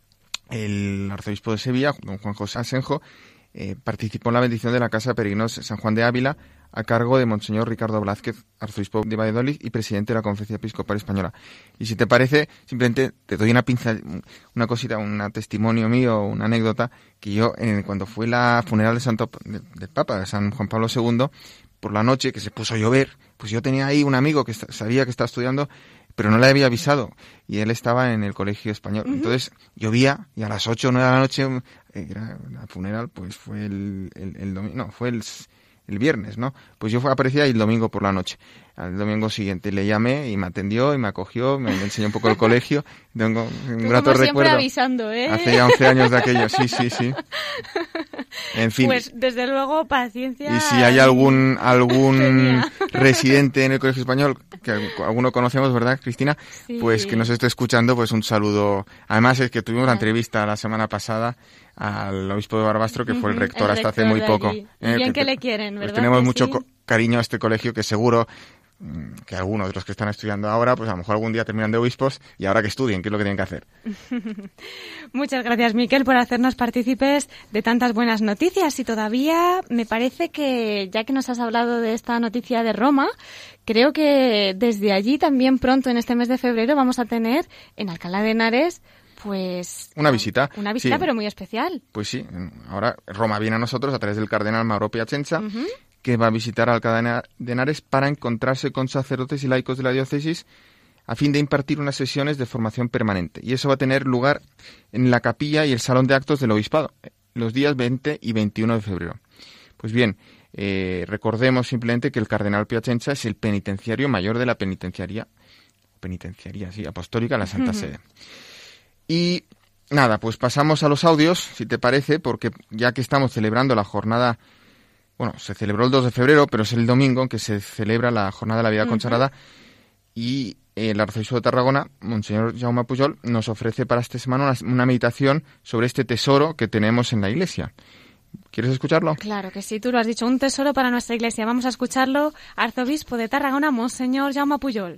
Speaker 5: el arzobispo de Sevilla, don Juan José Asenjo, participó en la bendición de la Casa de Peregrinos San Juan de Ávila, a cargo de Monseñor Ricardo Blázquez, arzobispo de Valladolid y presidente de la Conferencia Episcopal Española. Y si te parece, simplemente te doy una cosita, un testimonio mío, una anécdota, que yo, cuando fue la funeral del Papa, de San Juan Pablo II, por la noche, que se puso a llover, pues yo tenía ahí un amigo que sabía que estaba estudiando, pero no le había avisado, y él estaba en el Colegio Español. Uh-huh. Entonces llovía, y a las 8 o 9 de la noche, era la funeral, pues fue el domingo, no, fue el viernes, ¿no? Pues yo aparecía ahí el domingo por la noche. Al domingo siguiente le llamé y me atendió y me acogió, me enseñó un poco el colegio. Tengo un grato recuerdo.
Speaker 2: Siempre avisando, ¿eh?
Speaker 5: Hace ya 11 años de aquello, sí. En fin.
Speaker 2: Pues desde luego, paciencia.
Speaker 5: Y si hay algún residente en el Colegio Español, que alguno conocemos, ¿verdad, Cristina?
Speaker 2: Sí.
Speaker 5: Pues que nos esté escuchando, pues un saludo. Además es que tuvimos la entrevista la semana pasada al obispo de Barbastro, que fue el rector hasta hace muy poco.
Speaker 2: Bien que le quieren, ¿verdad?
Speaker 5: Pues tenemos mucho
Speaker 2: sí?
Speaker 5: Cariño a este colegio, que seguro que algunos de los que están estudiando ahora, pues a lo mejor algún día terminan de obispos, y ahora que estudien, ¿qué es lo que tienen que hacer?
Speaker 2: Muchas gracias, Miquel, por hacernos partícipes de tantas buenas noticias. Y todavía me parece que, ya que nos has hablado de esta noticia de Roma, creo que desde allí también pronto, en este mes de febrero, vamos a tener en Alcalá de Henares pues
Speaker 5: una visita,
Speaker 2: sí. Pero muy especial.
Speaker 5: Pues sí, ahora Roma viene a nosotros a través del cardenal Mauro Piacenza,
Speaker 2: uh-huh.
Speaker 5: que va a visitar Alcalá de Henares para encontrarse con sacerdotes y laicos de la diócesis a fin de impartir unas sesiones de formación permanente. Y eso va a tener lugar en la capilla y el salón de actos del obispado, los días 20 y 21 de febrero. Pues bien, recordemos simplemente que el cardenal Piacenza es el penitenciario mayor de la penitenciaría apostólica de la Santa Sede. Y nada, pues pasamos a los audios, si te parece, porque ya que estamos celebrando la jornada, se celebró el 2 de febrero, pero es el domingo en que se celebra la Jornada de la Vida Consagrada, y el arzobispo de Tarragona, Monseñor Jaume Pujol, nos ofrece para esta semana una meditación sobre este tesoro que tenemos en la Iglesia. ¿Quieres escucharlo?
Speaker 2: Claro que sí, tú lo has dicho, un tesoro para nuestra Iglesia. Vamos a escucharlo, arzobispo de Tarragona, Monseñor Jaume Pujol.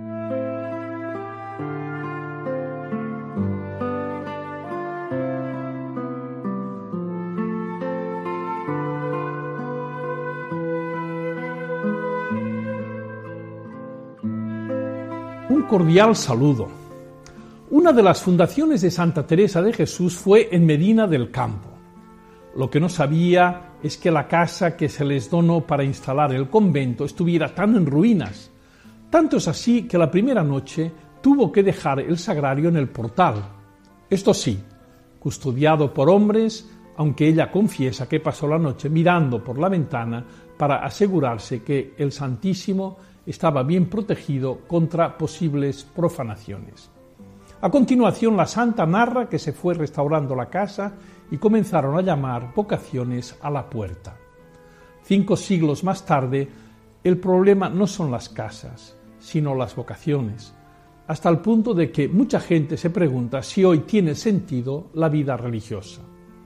Speaker 6: Un cordial saludo. Una de las fundaciones de Santa Teresa de Jesús fue en Medina del Campo. Lo que no sabía es que la casa que se les donó para instalar el convento estuviera tan en ruinas. Tanto es así que la primera noche tuvo que dejar el sagrario en el portal. Esto sí, custodiado por hombres, aunque ella confiesa que pasó la noche mirando por la ventana para asegurarse que el Santísimo estaba bien protegido contra posibles profanaciones. A continuación, la santa narra que se fue restaurando la casa y comenzaron a llamar vocaciones a la puerta. 5 siglos más tarde, el problema no son las casas, sino las vocaciones. hasta el punto de que mucha gente se pregunta si hoy tiene sentido la vida religiosa.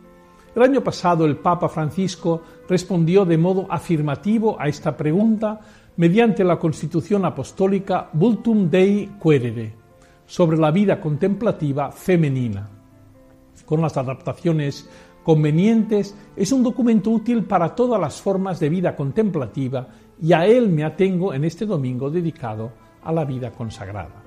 Speaker 6: El año pasado el Papa Francisco respondió de modo afirmativo a esta pregunta mediante la Constitución Apostólica Vultum Dei Quaerere, sobre la vida contemplativa femenina. Con las adaptaciones convenientes, es un documento útil para todas las formas de vida contemplativa y a él me atengo en este domingo dedicado a la vida consagrada.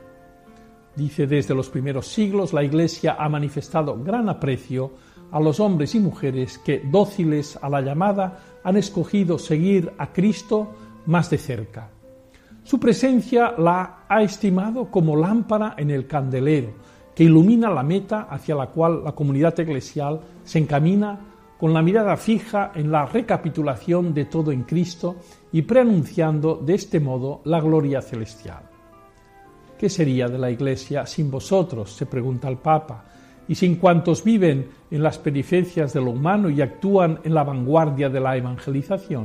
Speaker 6: Dice, desde los primeros siglos la Iglesia ha manifestado gran aprecio a los hombres y mujeres que, dóciles a la llamada, han escogido seguir a Cristo más de cerca. Su presencia la ha estimado como lámpara en el candelero, que ilumina la meta hacia la cual la comunidad eclesial se encamina con la mirada fija en la recapitulación de todo en Cristo y preanunciando de este modo la gloria celestial. ¿Qué sería de la Iglesia sin vosotros?, se pregunta el Papa, y sin cuantos viven en las periferias de lo humano y actúan en la vanguardia de la evangelización.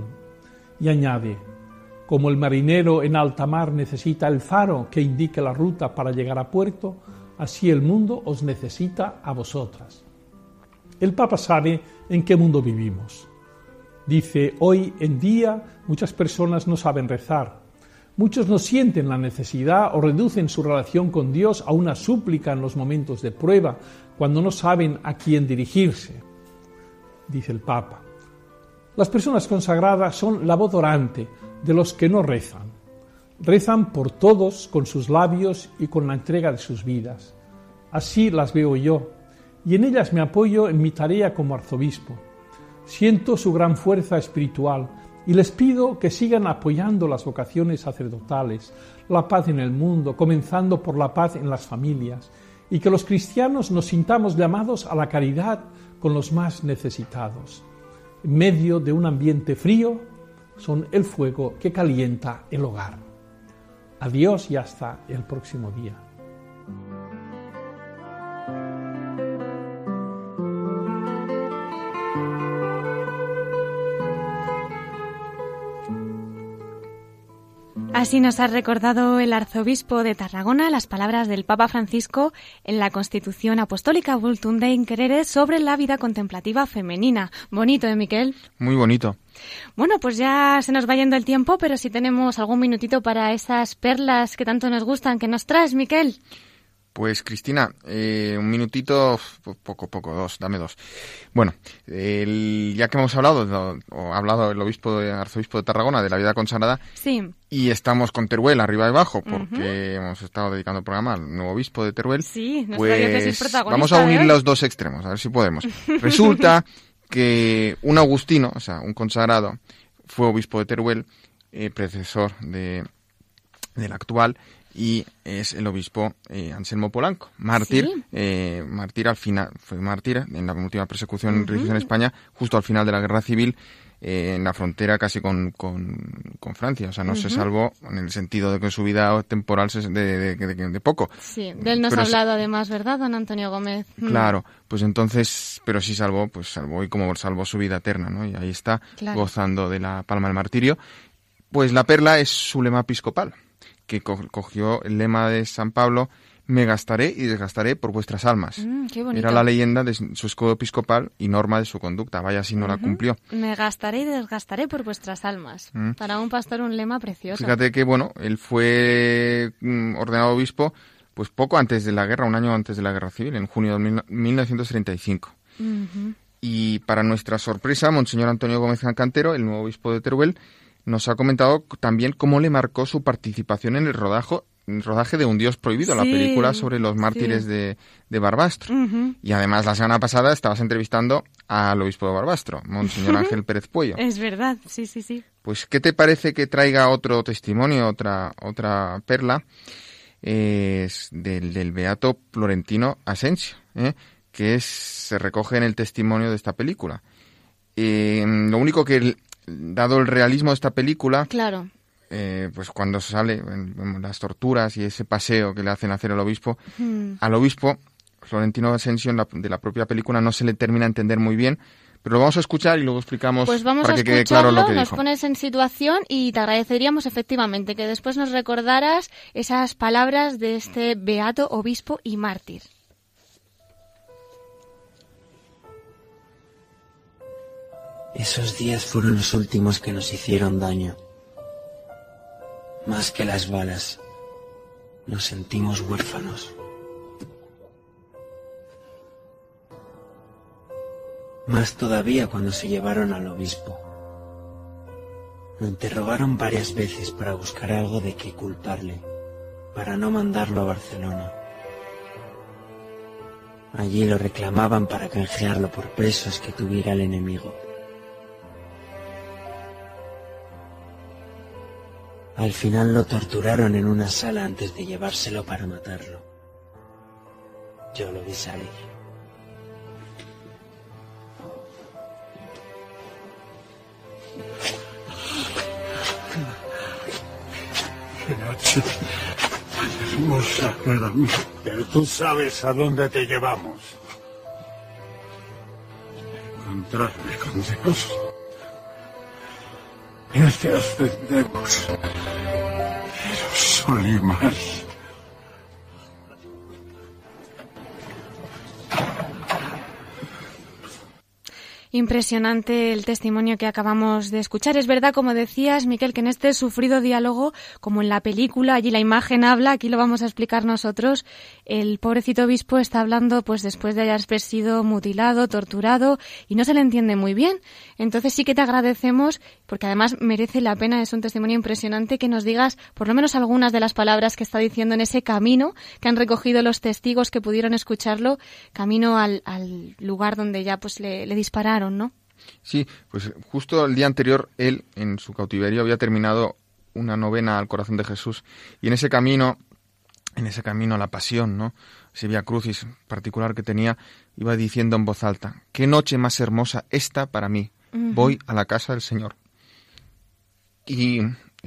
Speaker 6: Y añade, como el marinero en alta mar necesita el faro que indique la ruta para llegar a puerto, así el mundo os necesita a vosotras. El Papa sabe en qué mundo vivimos. Dice, hoy en día muchas personas no saben rezar. Muchos no sienten la necesidad o reducen su relación con Dios a una súplica en los momentos de prueba, cuando no saben a quién dirigirse. Dice el Papa, las personas consagradas son la voz orante de los que no rezan. Rezan por todos con sus labios y con la entrega de sus vidas. Así las veo yo, y en ellas me apoyo en mi tarea como arzobispo. Siento su gran fuerza espiritual y les pido que sigan apoyando las vocaciones sacerdotales, la paz en el mundo, comenzando por la paz en las familias, y que los cristianos nos sintamos llamados a la caridad con los más necesitados. En medio de un ambiente frío, son el fuego que calienta el hogar. Adiós y hasta el próximo día.
Speaker 2: Así nos ha recordado el arzobispo de Tarragona las palabras del Papa Francisco en la Constitución Apostólica Vultum Dei Quaerere sobre la vida contemplativa femenina. Bonito, ¿eh, Miquel?
Speaker 5: Muy bonito.
Speaker 2: Bueno, pues ya se nos va yendo el tiempo, pero si tenemos algún minutito para esas perlas que tanto nos gustan, ¿qué nos traes, Miquel?
Speaker 5: Pues, Cristina, un minutito, dos, dame dos. Bueno, ya que hemos hablado el arzobispo de Tarragona de la vida consagrada,
Speaker 2: sí,
Speaker 5: y estamos con Teruel arriba y abajo, porque hemos estado dedicando el programa al nuevo obispo de Teruel,
Speaker 2: sí, nuestra
Speaker 5: pues
Speaker 2: diócesis protagonista,
Speaker 5: vamos a unir los dos extremos, a ver si podemos. Resulta que un agustino, o sea, un consagrado, fue obispo de Teruel, predecesor del actual, y es el obispo Anselmo Polanco, mártir, ¿sí? Mártir al final, fue mártir en la última persecución religiosa en España, justo al final de la Guerra Civil, en la frontera casi con Francia, o sea, no se salvó en el sentido de que su vida temporal de poco.
Speaker 2: Sí, de él nos ha hablado además, ¿verdad, don Antonio Gómez?
Speaker 5: Claro, pues entonces, pero sí salvó y como salvó su vida eterna, ¿no? Y ahí está, claro, gozando de la palma del martirio. Pues la perla es su lema episcopal, que cogió el lema de San Pablo, me gastaré y desgastaré por vuestras almas.
Speaker 2: Qué bonito.
Speaker 5: Era la leyenda de su escudo episcopal y norma de su conducta, vaya si no la cumplió.
Speaker 2: Me gastaré y desgastaré por vuestras almas. Para un pastor un lema precioso.
Speaker 5: Fíjate que, bueno, él fue ordenado obispo pues poco antes de la guerra, un año antes de la Guerra Civil, en junio de 1935. Y para nuestra sorpresa, Monseñor Antonio Gómez Cantero, el nuevo obispo de Teruel, nos ha comentado también cómo le marcó su participación en el rodaje de Un Dios Prohibido, sí, la película sobre los mártires de Barbastro. Y además la semana pasada estabas entrevistando al obispo de Barbastro, Monseñor Ángel Pérez Puello.
Speaker 2: Es verdad, sí.
Speaker 5: Pues, ¿qué te parece que traiga otro testimonio, otra perla? Es del beato Florentino Asensio, que se recoge en el testimonio de esta película. Lo único que, dado el realismo de esta película,
Speaker 2: claro,
Speaker 5: pues cuando sale las torturas y ese paseo que le hacen hacer al obispo, Florentino Asensio de la propia película no se le termina a entender muy bien, Pero lo vamos a escuchar y luego explicamos
Speaker 2: pues vamos
Speaker 5: para
Speaker 2: a
Speaker 5: que quede claro lo que
Speaker 2: nos
Speaker 5: dijo.
Speaker 2: Pones en situación y te agradeceríamos efectivamente que después nos recordaras esas palabras de este beato obispo y mártir.
Speaker 7: Esos días fueron los últimos que nos hicieron daño. Más que las balas, nos sentimos huérfanos. Más todavía cuando se llevaron al obispo. Lo interrogaron varias veces para buscar algo de qué culparle, para no mandarlo a Barcelona. Allí lo reclamaban para canjearlo por presos que tuviera el enemigo. Al final lo torturaron en una sala antes de llevárselo para matarlo. Yo lo vi salir.
Speaker 8: Qué noche hermosa para mí. Pero tú sabes a dónde te llevamos. Encontrarme con Dios. Y te ascendemos. Pero solo y más.
Speaker 2: Impresionante el testimonio que acabamos de escuchar. Es verdad, como decías, Miquel, que en este sufrido diálogo, como en la película, allí la imagen habla, aquí lo vamos a explicar nosotros, el pobrecito obispo está hablando pues después de haber sido mutilado, torturado, y no se le entiende muy bien. Entonces sí que te agradecemos, porque además merece la pena, es un testimonio impresionante, que nos digas por lo menos algunas de las palabras que está diciendo en ese camino que han recogido los testigos que pudieron escucharlo, camino al lugar donde ya pues le dispararon, ¿no?
Speaker 5: Sí, pues justo el día anterior él en su cautiverio había terminado una novena al corazón de Jesús y en ese camino a la pasión, ¿no? Ese Vía Crucis particular que tenía, iba diciendo en voz alta: qué noche más hermosa esta para mí. Voy a la casa del Señor. Y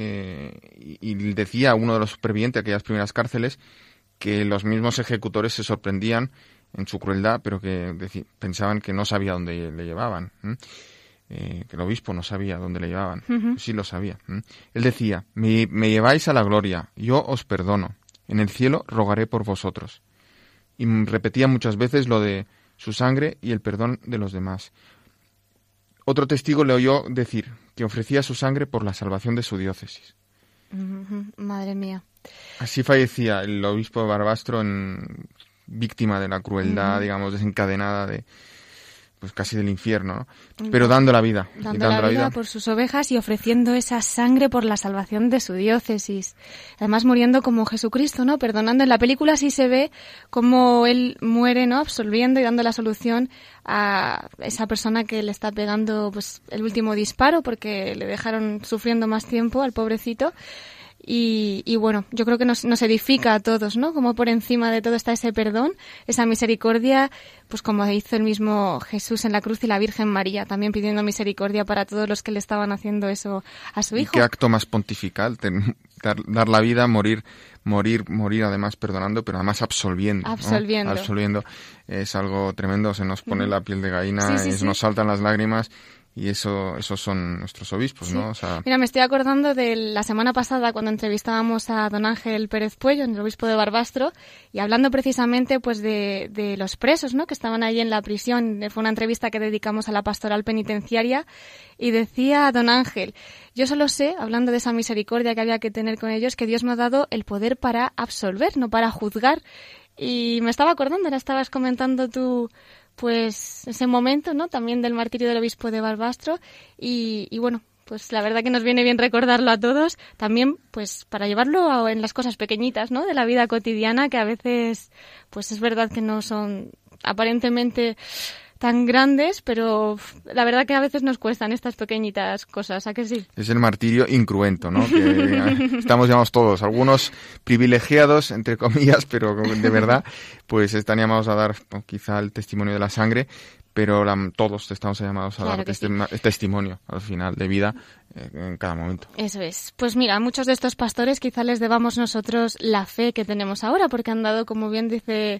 Speaker 5: decía uno de los supervivientes de aquellas primeras cárceles que los mismos ejecutores se sorprendían en su crueldad, pero que pensaban que no sabía dónde le llevaban, que el obispo no sabía dónde le llevaban. Sí lo sabía. Él decía: me lleváis a la gloria, yo os perdono, en el cielo rogaré por vosotros. Y repetía muchas veces lo de su sangre y el perdón de los demás. Otro testigo le oyó decir que ofrecía su sangre por la salvación de su diócesis.
Speaker 2: Madre mía.
Speaker 5: Así fallecía el obispo de Barbastro, víctima de la crueldad, digamos, desencadenada de, pues casi del infierno, ¿no? Pero dando la vida.
Speaker 2: Dando la vida por sus ovejas y ofreciendo esa sangre por la salvación de su diócesis. Además muriendo como Jesucristo, ¿no? Perdonando. En la película sí se ve cómo él muere, ¿no? Absolviendo y dando la solución a esa persona que le está pegando pues el último disparo, porque le dejaron sufriendo más tiempo al pobrecito. Y bueno, yo creo que nos edifica a todos, ¿no? Como por encima de todo está ese perdón, esa misericordia, pues como hizo el mismo Jesús en la cruz y la Virgen María, también pidiendo misericordia para todos los que le estaban haciendo eso a su hijo.
Speaker 5: ¿Y qué acto más pontifical? Dar la vida, morir además perdonando, pero además absolviendo.
Speaker 2: Absolviendo.
Speaker 5: ¿No? Absolviendo. Es algo tremendo, se nos pone la piel de gallina, nos saltan las lágrimas. Y esos son nuestros obispos, ¿no? O sea...
Speaker 2: Mira, me estoy acordando de la semana pasada cuando entrevistábamos a don Ángel Pérez Puello, el obispo de Barbastro, y hablando precisamente pues de los presos, ¿no? Que estaban ahí en la prisión. Fue una entrevista que dedicamos a la pastoral penitenciaria y decía don Ángel: yo solo sé, hablando de esa misericordia que había que tener con ellos, que Dios me ha dado el poder para absolver, no para juzgar. Y me estaba acordando, ahora estabas comentando tú pues ese momento, ¿no? También del martirio del obispo de Barbastro y bueno, pues la verdad que nos viene bien recordarlo a todos, también pues para llevarlo en las cosas pequeñitas, ¿no? De la vida cotidiana, que a veces pues es verdad que no son aparentemente tan grandes, pero la verdad que a veces nos cuestan estas pequeñitas cosas, ¿a que sí?
Speaker 5: Es el martirio incruento, ¿no? Que estamos llamados todos, algunos privilegiados, entre comillas, pero de verdad, pues están llamados a dar quizá el testimonio de la sangre, pero todos estamos llamados a dar testimonio al final de vida en cada momento.
Speaker 2: Eso es. Pues mira, a muchos de estos pastores quizá les debamos nosotros la fe que tenemos ahora, porque han dado, como bien dice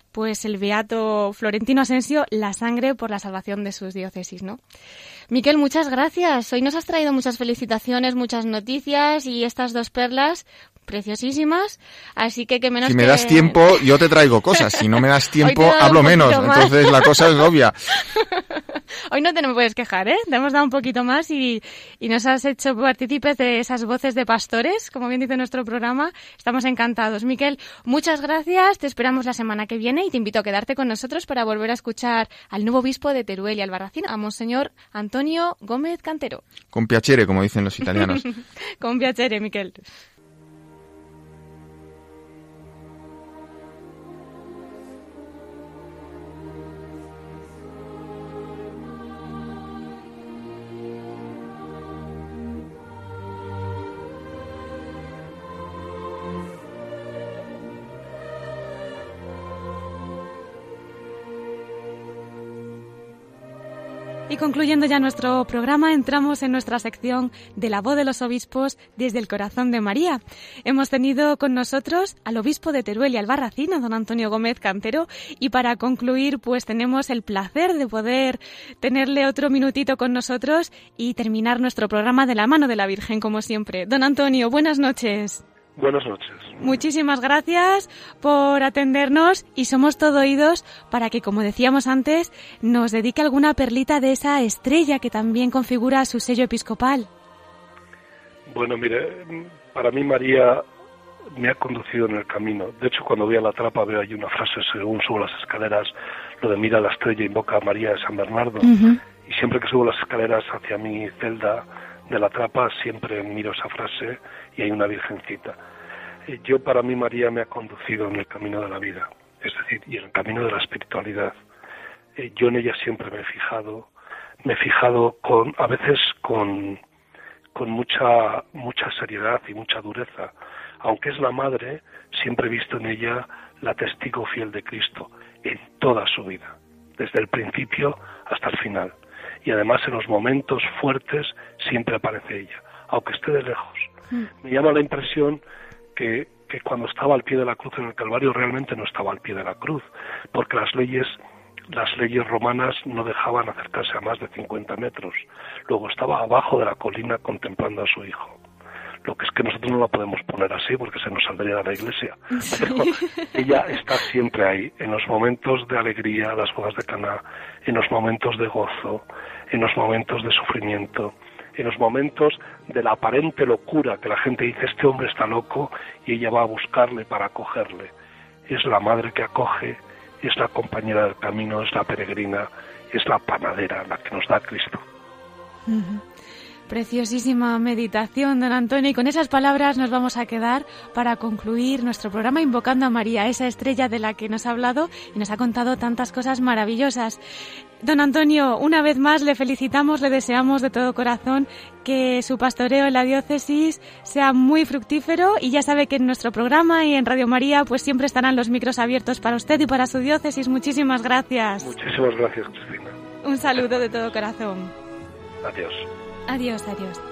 Speaker 2: pues el beato Florentino Asensio la sangre por la salvación de sus diócesis, ¿no? Miquel, muchas gracias. Hoy nos has traído muchas felicitaciones, muchas noticias y estas 2 perlas preciosísimas, así que menos
Speaker 5: si me das tiempo, yo te traigo cosas. Si no me das tiempo, hablo menos. Entonces la cosa es obvia.
Speaker 2: Hoy no te me puedes quejar, ¿eh? Te hemos dado un poquito más y nos has hecho partícipes de esas voces de pastores, como bien dice nuestro programa. Estamos encantados. Miquel, muchas gracias. Te esperamos la semana que viene y te invito a quedarte con nosotros para volver a escuchar al nuevo obispo de Teruel y Albarracín, a Monseñor Antonio Gómez Cantero.
Speaker 5: Con piacere, como dicen los italianos.
Speaker 2: Con piacere, Miquel. Y concluyendo ya nuestro programa, entramos en nuestra sección de la voz de los obispos desde el corazón de María. Hemos tenido con nosotros al obispo de Teruel y Albarracín, a don Antonio Gómez Cantero, y para concluir, pues tenemos el placer de poder tenerle otro minutito con nosotros y terminar nuestro programa de la mano de la Virgen, como siempre. Don Antonio, buenas noches.
Speaker 3: Buenas noches.
Speaker 2: Muchísimas gracias por atendernos y somos todo oídos para que, como decíamos antes, nos dedique alguna perlita de esa estrella que también configura su sello episcopal.
Speaker 3: Bueno, mire, para mí María me ha conducido en el camino. De hecho, cuando voy a la Trapa veo ahí una frase, según subo las escaleras, lo de mira la estrella, invoca a María de San Bernardo. Y siempre que subo las escaleras hacia mi celda de la Trapa, siempre miro esa frase y hay una virgencita. Para mí María me ha conducido en el camino de la vida, es decir, y en el camino de la espiritualidad. Yo en ella siempre me he fijado a veces con mucha seriedad y mucha dureza. Aunque es la madre, siempre he visto en ella la testigo fiel de Cristo en toda su vida, desde el principio hasta el final. Y además en los momentos fuertes siempre aparece ella, aunque esté de lejos. Me llama la impresión que cuando estaba al pie de la cruz en el Calvario realmente no estaba al pie de la cruz, porque las leyes romanas no dejaban acercarse a más de 50 metros. Luego estaba abajo de la colina contemplando a su hijo. Lo que es que nosotros no la podemos poner así porque se nos saldría de la iglesia. Sí. Pero ella está siempre ahí, en los momentos de alegría, las bodas de Caná, en los momentos de gozo, en los momentos de sufrimiento, en los momentos de la aparente locura, que la gente dice, este hombre está loco, y ella va a buscarle para acogerle. Es la madre que acoge, es la compañera del camino, es la peregrina, es la panadera, la que nos da Cristo.
Speaker 2: Preciosísima meditación, don Antonio, y con esas palabras nos vamos a quedar para concluir nuestro programa invocando a María, esa estrella de la que nos ha hablado y nos ha contado tantas cosas maravillosas. Don Antonio, una vez más le felicitamos, le deseamos de todo corazón que su pastoreo en la diócesis sea muy fructífero y ya sabe que en nuestro programa y en Radio María pues siempre estarán los micros abiertos para usted y para su diócesis. Muchísimas gracias.
Speaker 3: Muchísimas gracias, Cristina.
Speaker 2: Un saludo de todo corazón.
Speaker 3: Adiós.
Speaker 2: Adiós, adiós.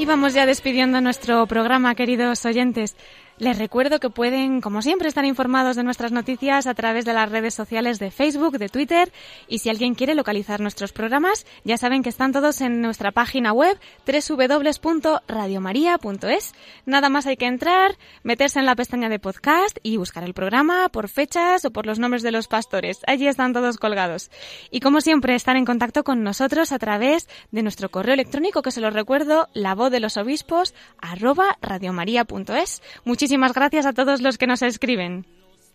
Speaker 2: Y vamos ya despidiendo nuestro programa, queridos oyentes. Les recuerdo que pueden, como siempre, estar informados de nuestras noticias a través de las redes sociales de Facebook, de Twitter, y si alguien quiere localizar nuestros programas, ya saben que están todos en nuestra página web www.radiomaria.es. Nada más hay que entrar, meterse en la pestaña de podcast y buscar el programa por fechas o por los nombres de los pastores. Allí están todos colgados. Y como siempre, estar en contacto con nosotros a través de nuestro correo electrónico, que se los recuerdo, lavozdelosobispos@radiomaria.es. Muchísimas gracias a todos los que nos escriben.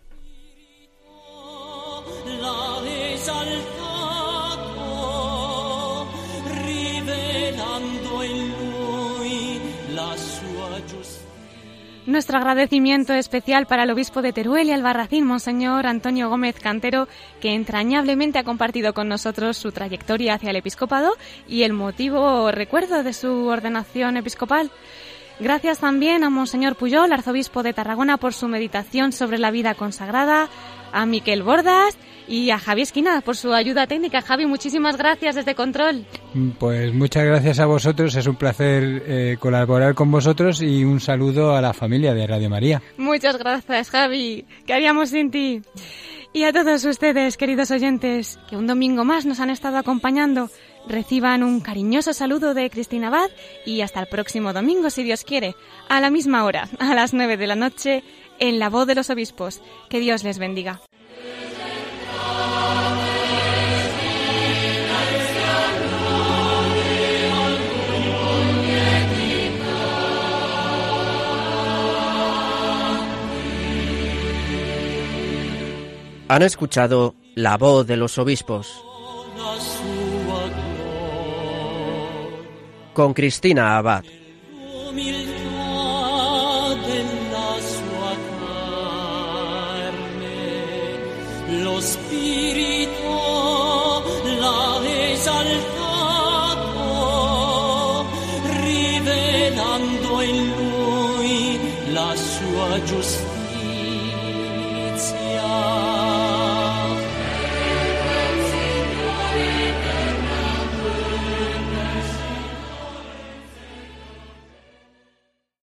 Speaker 2: Nuestro agradecimiento especial para el obispo de Teruel y Albarracín, Monseñor Antonio Gómez Cantero, que entrañablemente ha compartido con nosotros su trayectoria hacia el episcopado y el motivo o recuerdo de su ordenación episcopal. Gracias también a Monseñor Puyol, arzobispo de Tarragona, por su meditación sobre la vida consagrada, a Miquel Bordas y a Javi Esquina por su ayuda técnica. Javi, muchísimas gracias desde Control.
Speaker 9: Pues muchas gracias a vosotros, es un placer colaborar con vosotros y un saludo a la familia de Radio María.
Speaker 2: Muchas gracias, Javi. ¿Qué haríamos sin ti? Y a todos ustedes, queridos oyentes, que un domingo más nos han estado acompañando, reciban un cariñoso saludo de Cristina Abad y hasta el próximo domingo, si Dios quiere, a la misma hora, a las 9 de la noche, en La Voz de los Obispos. Que Dios les bendiga.
Speaker 1: Han escuchado La Voz de los Obispos con Cristina Abad.
Speaker 4: Lo spirito l'ha esaltato, rivelando in lui la sua giustizia.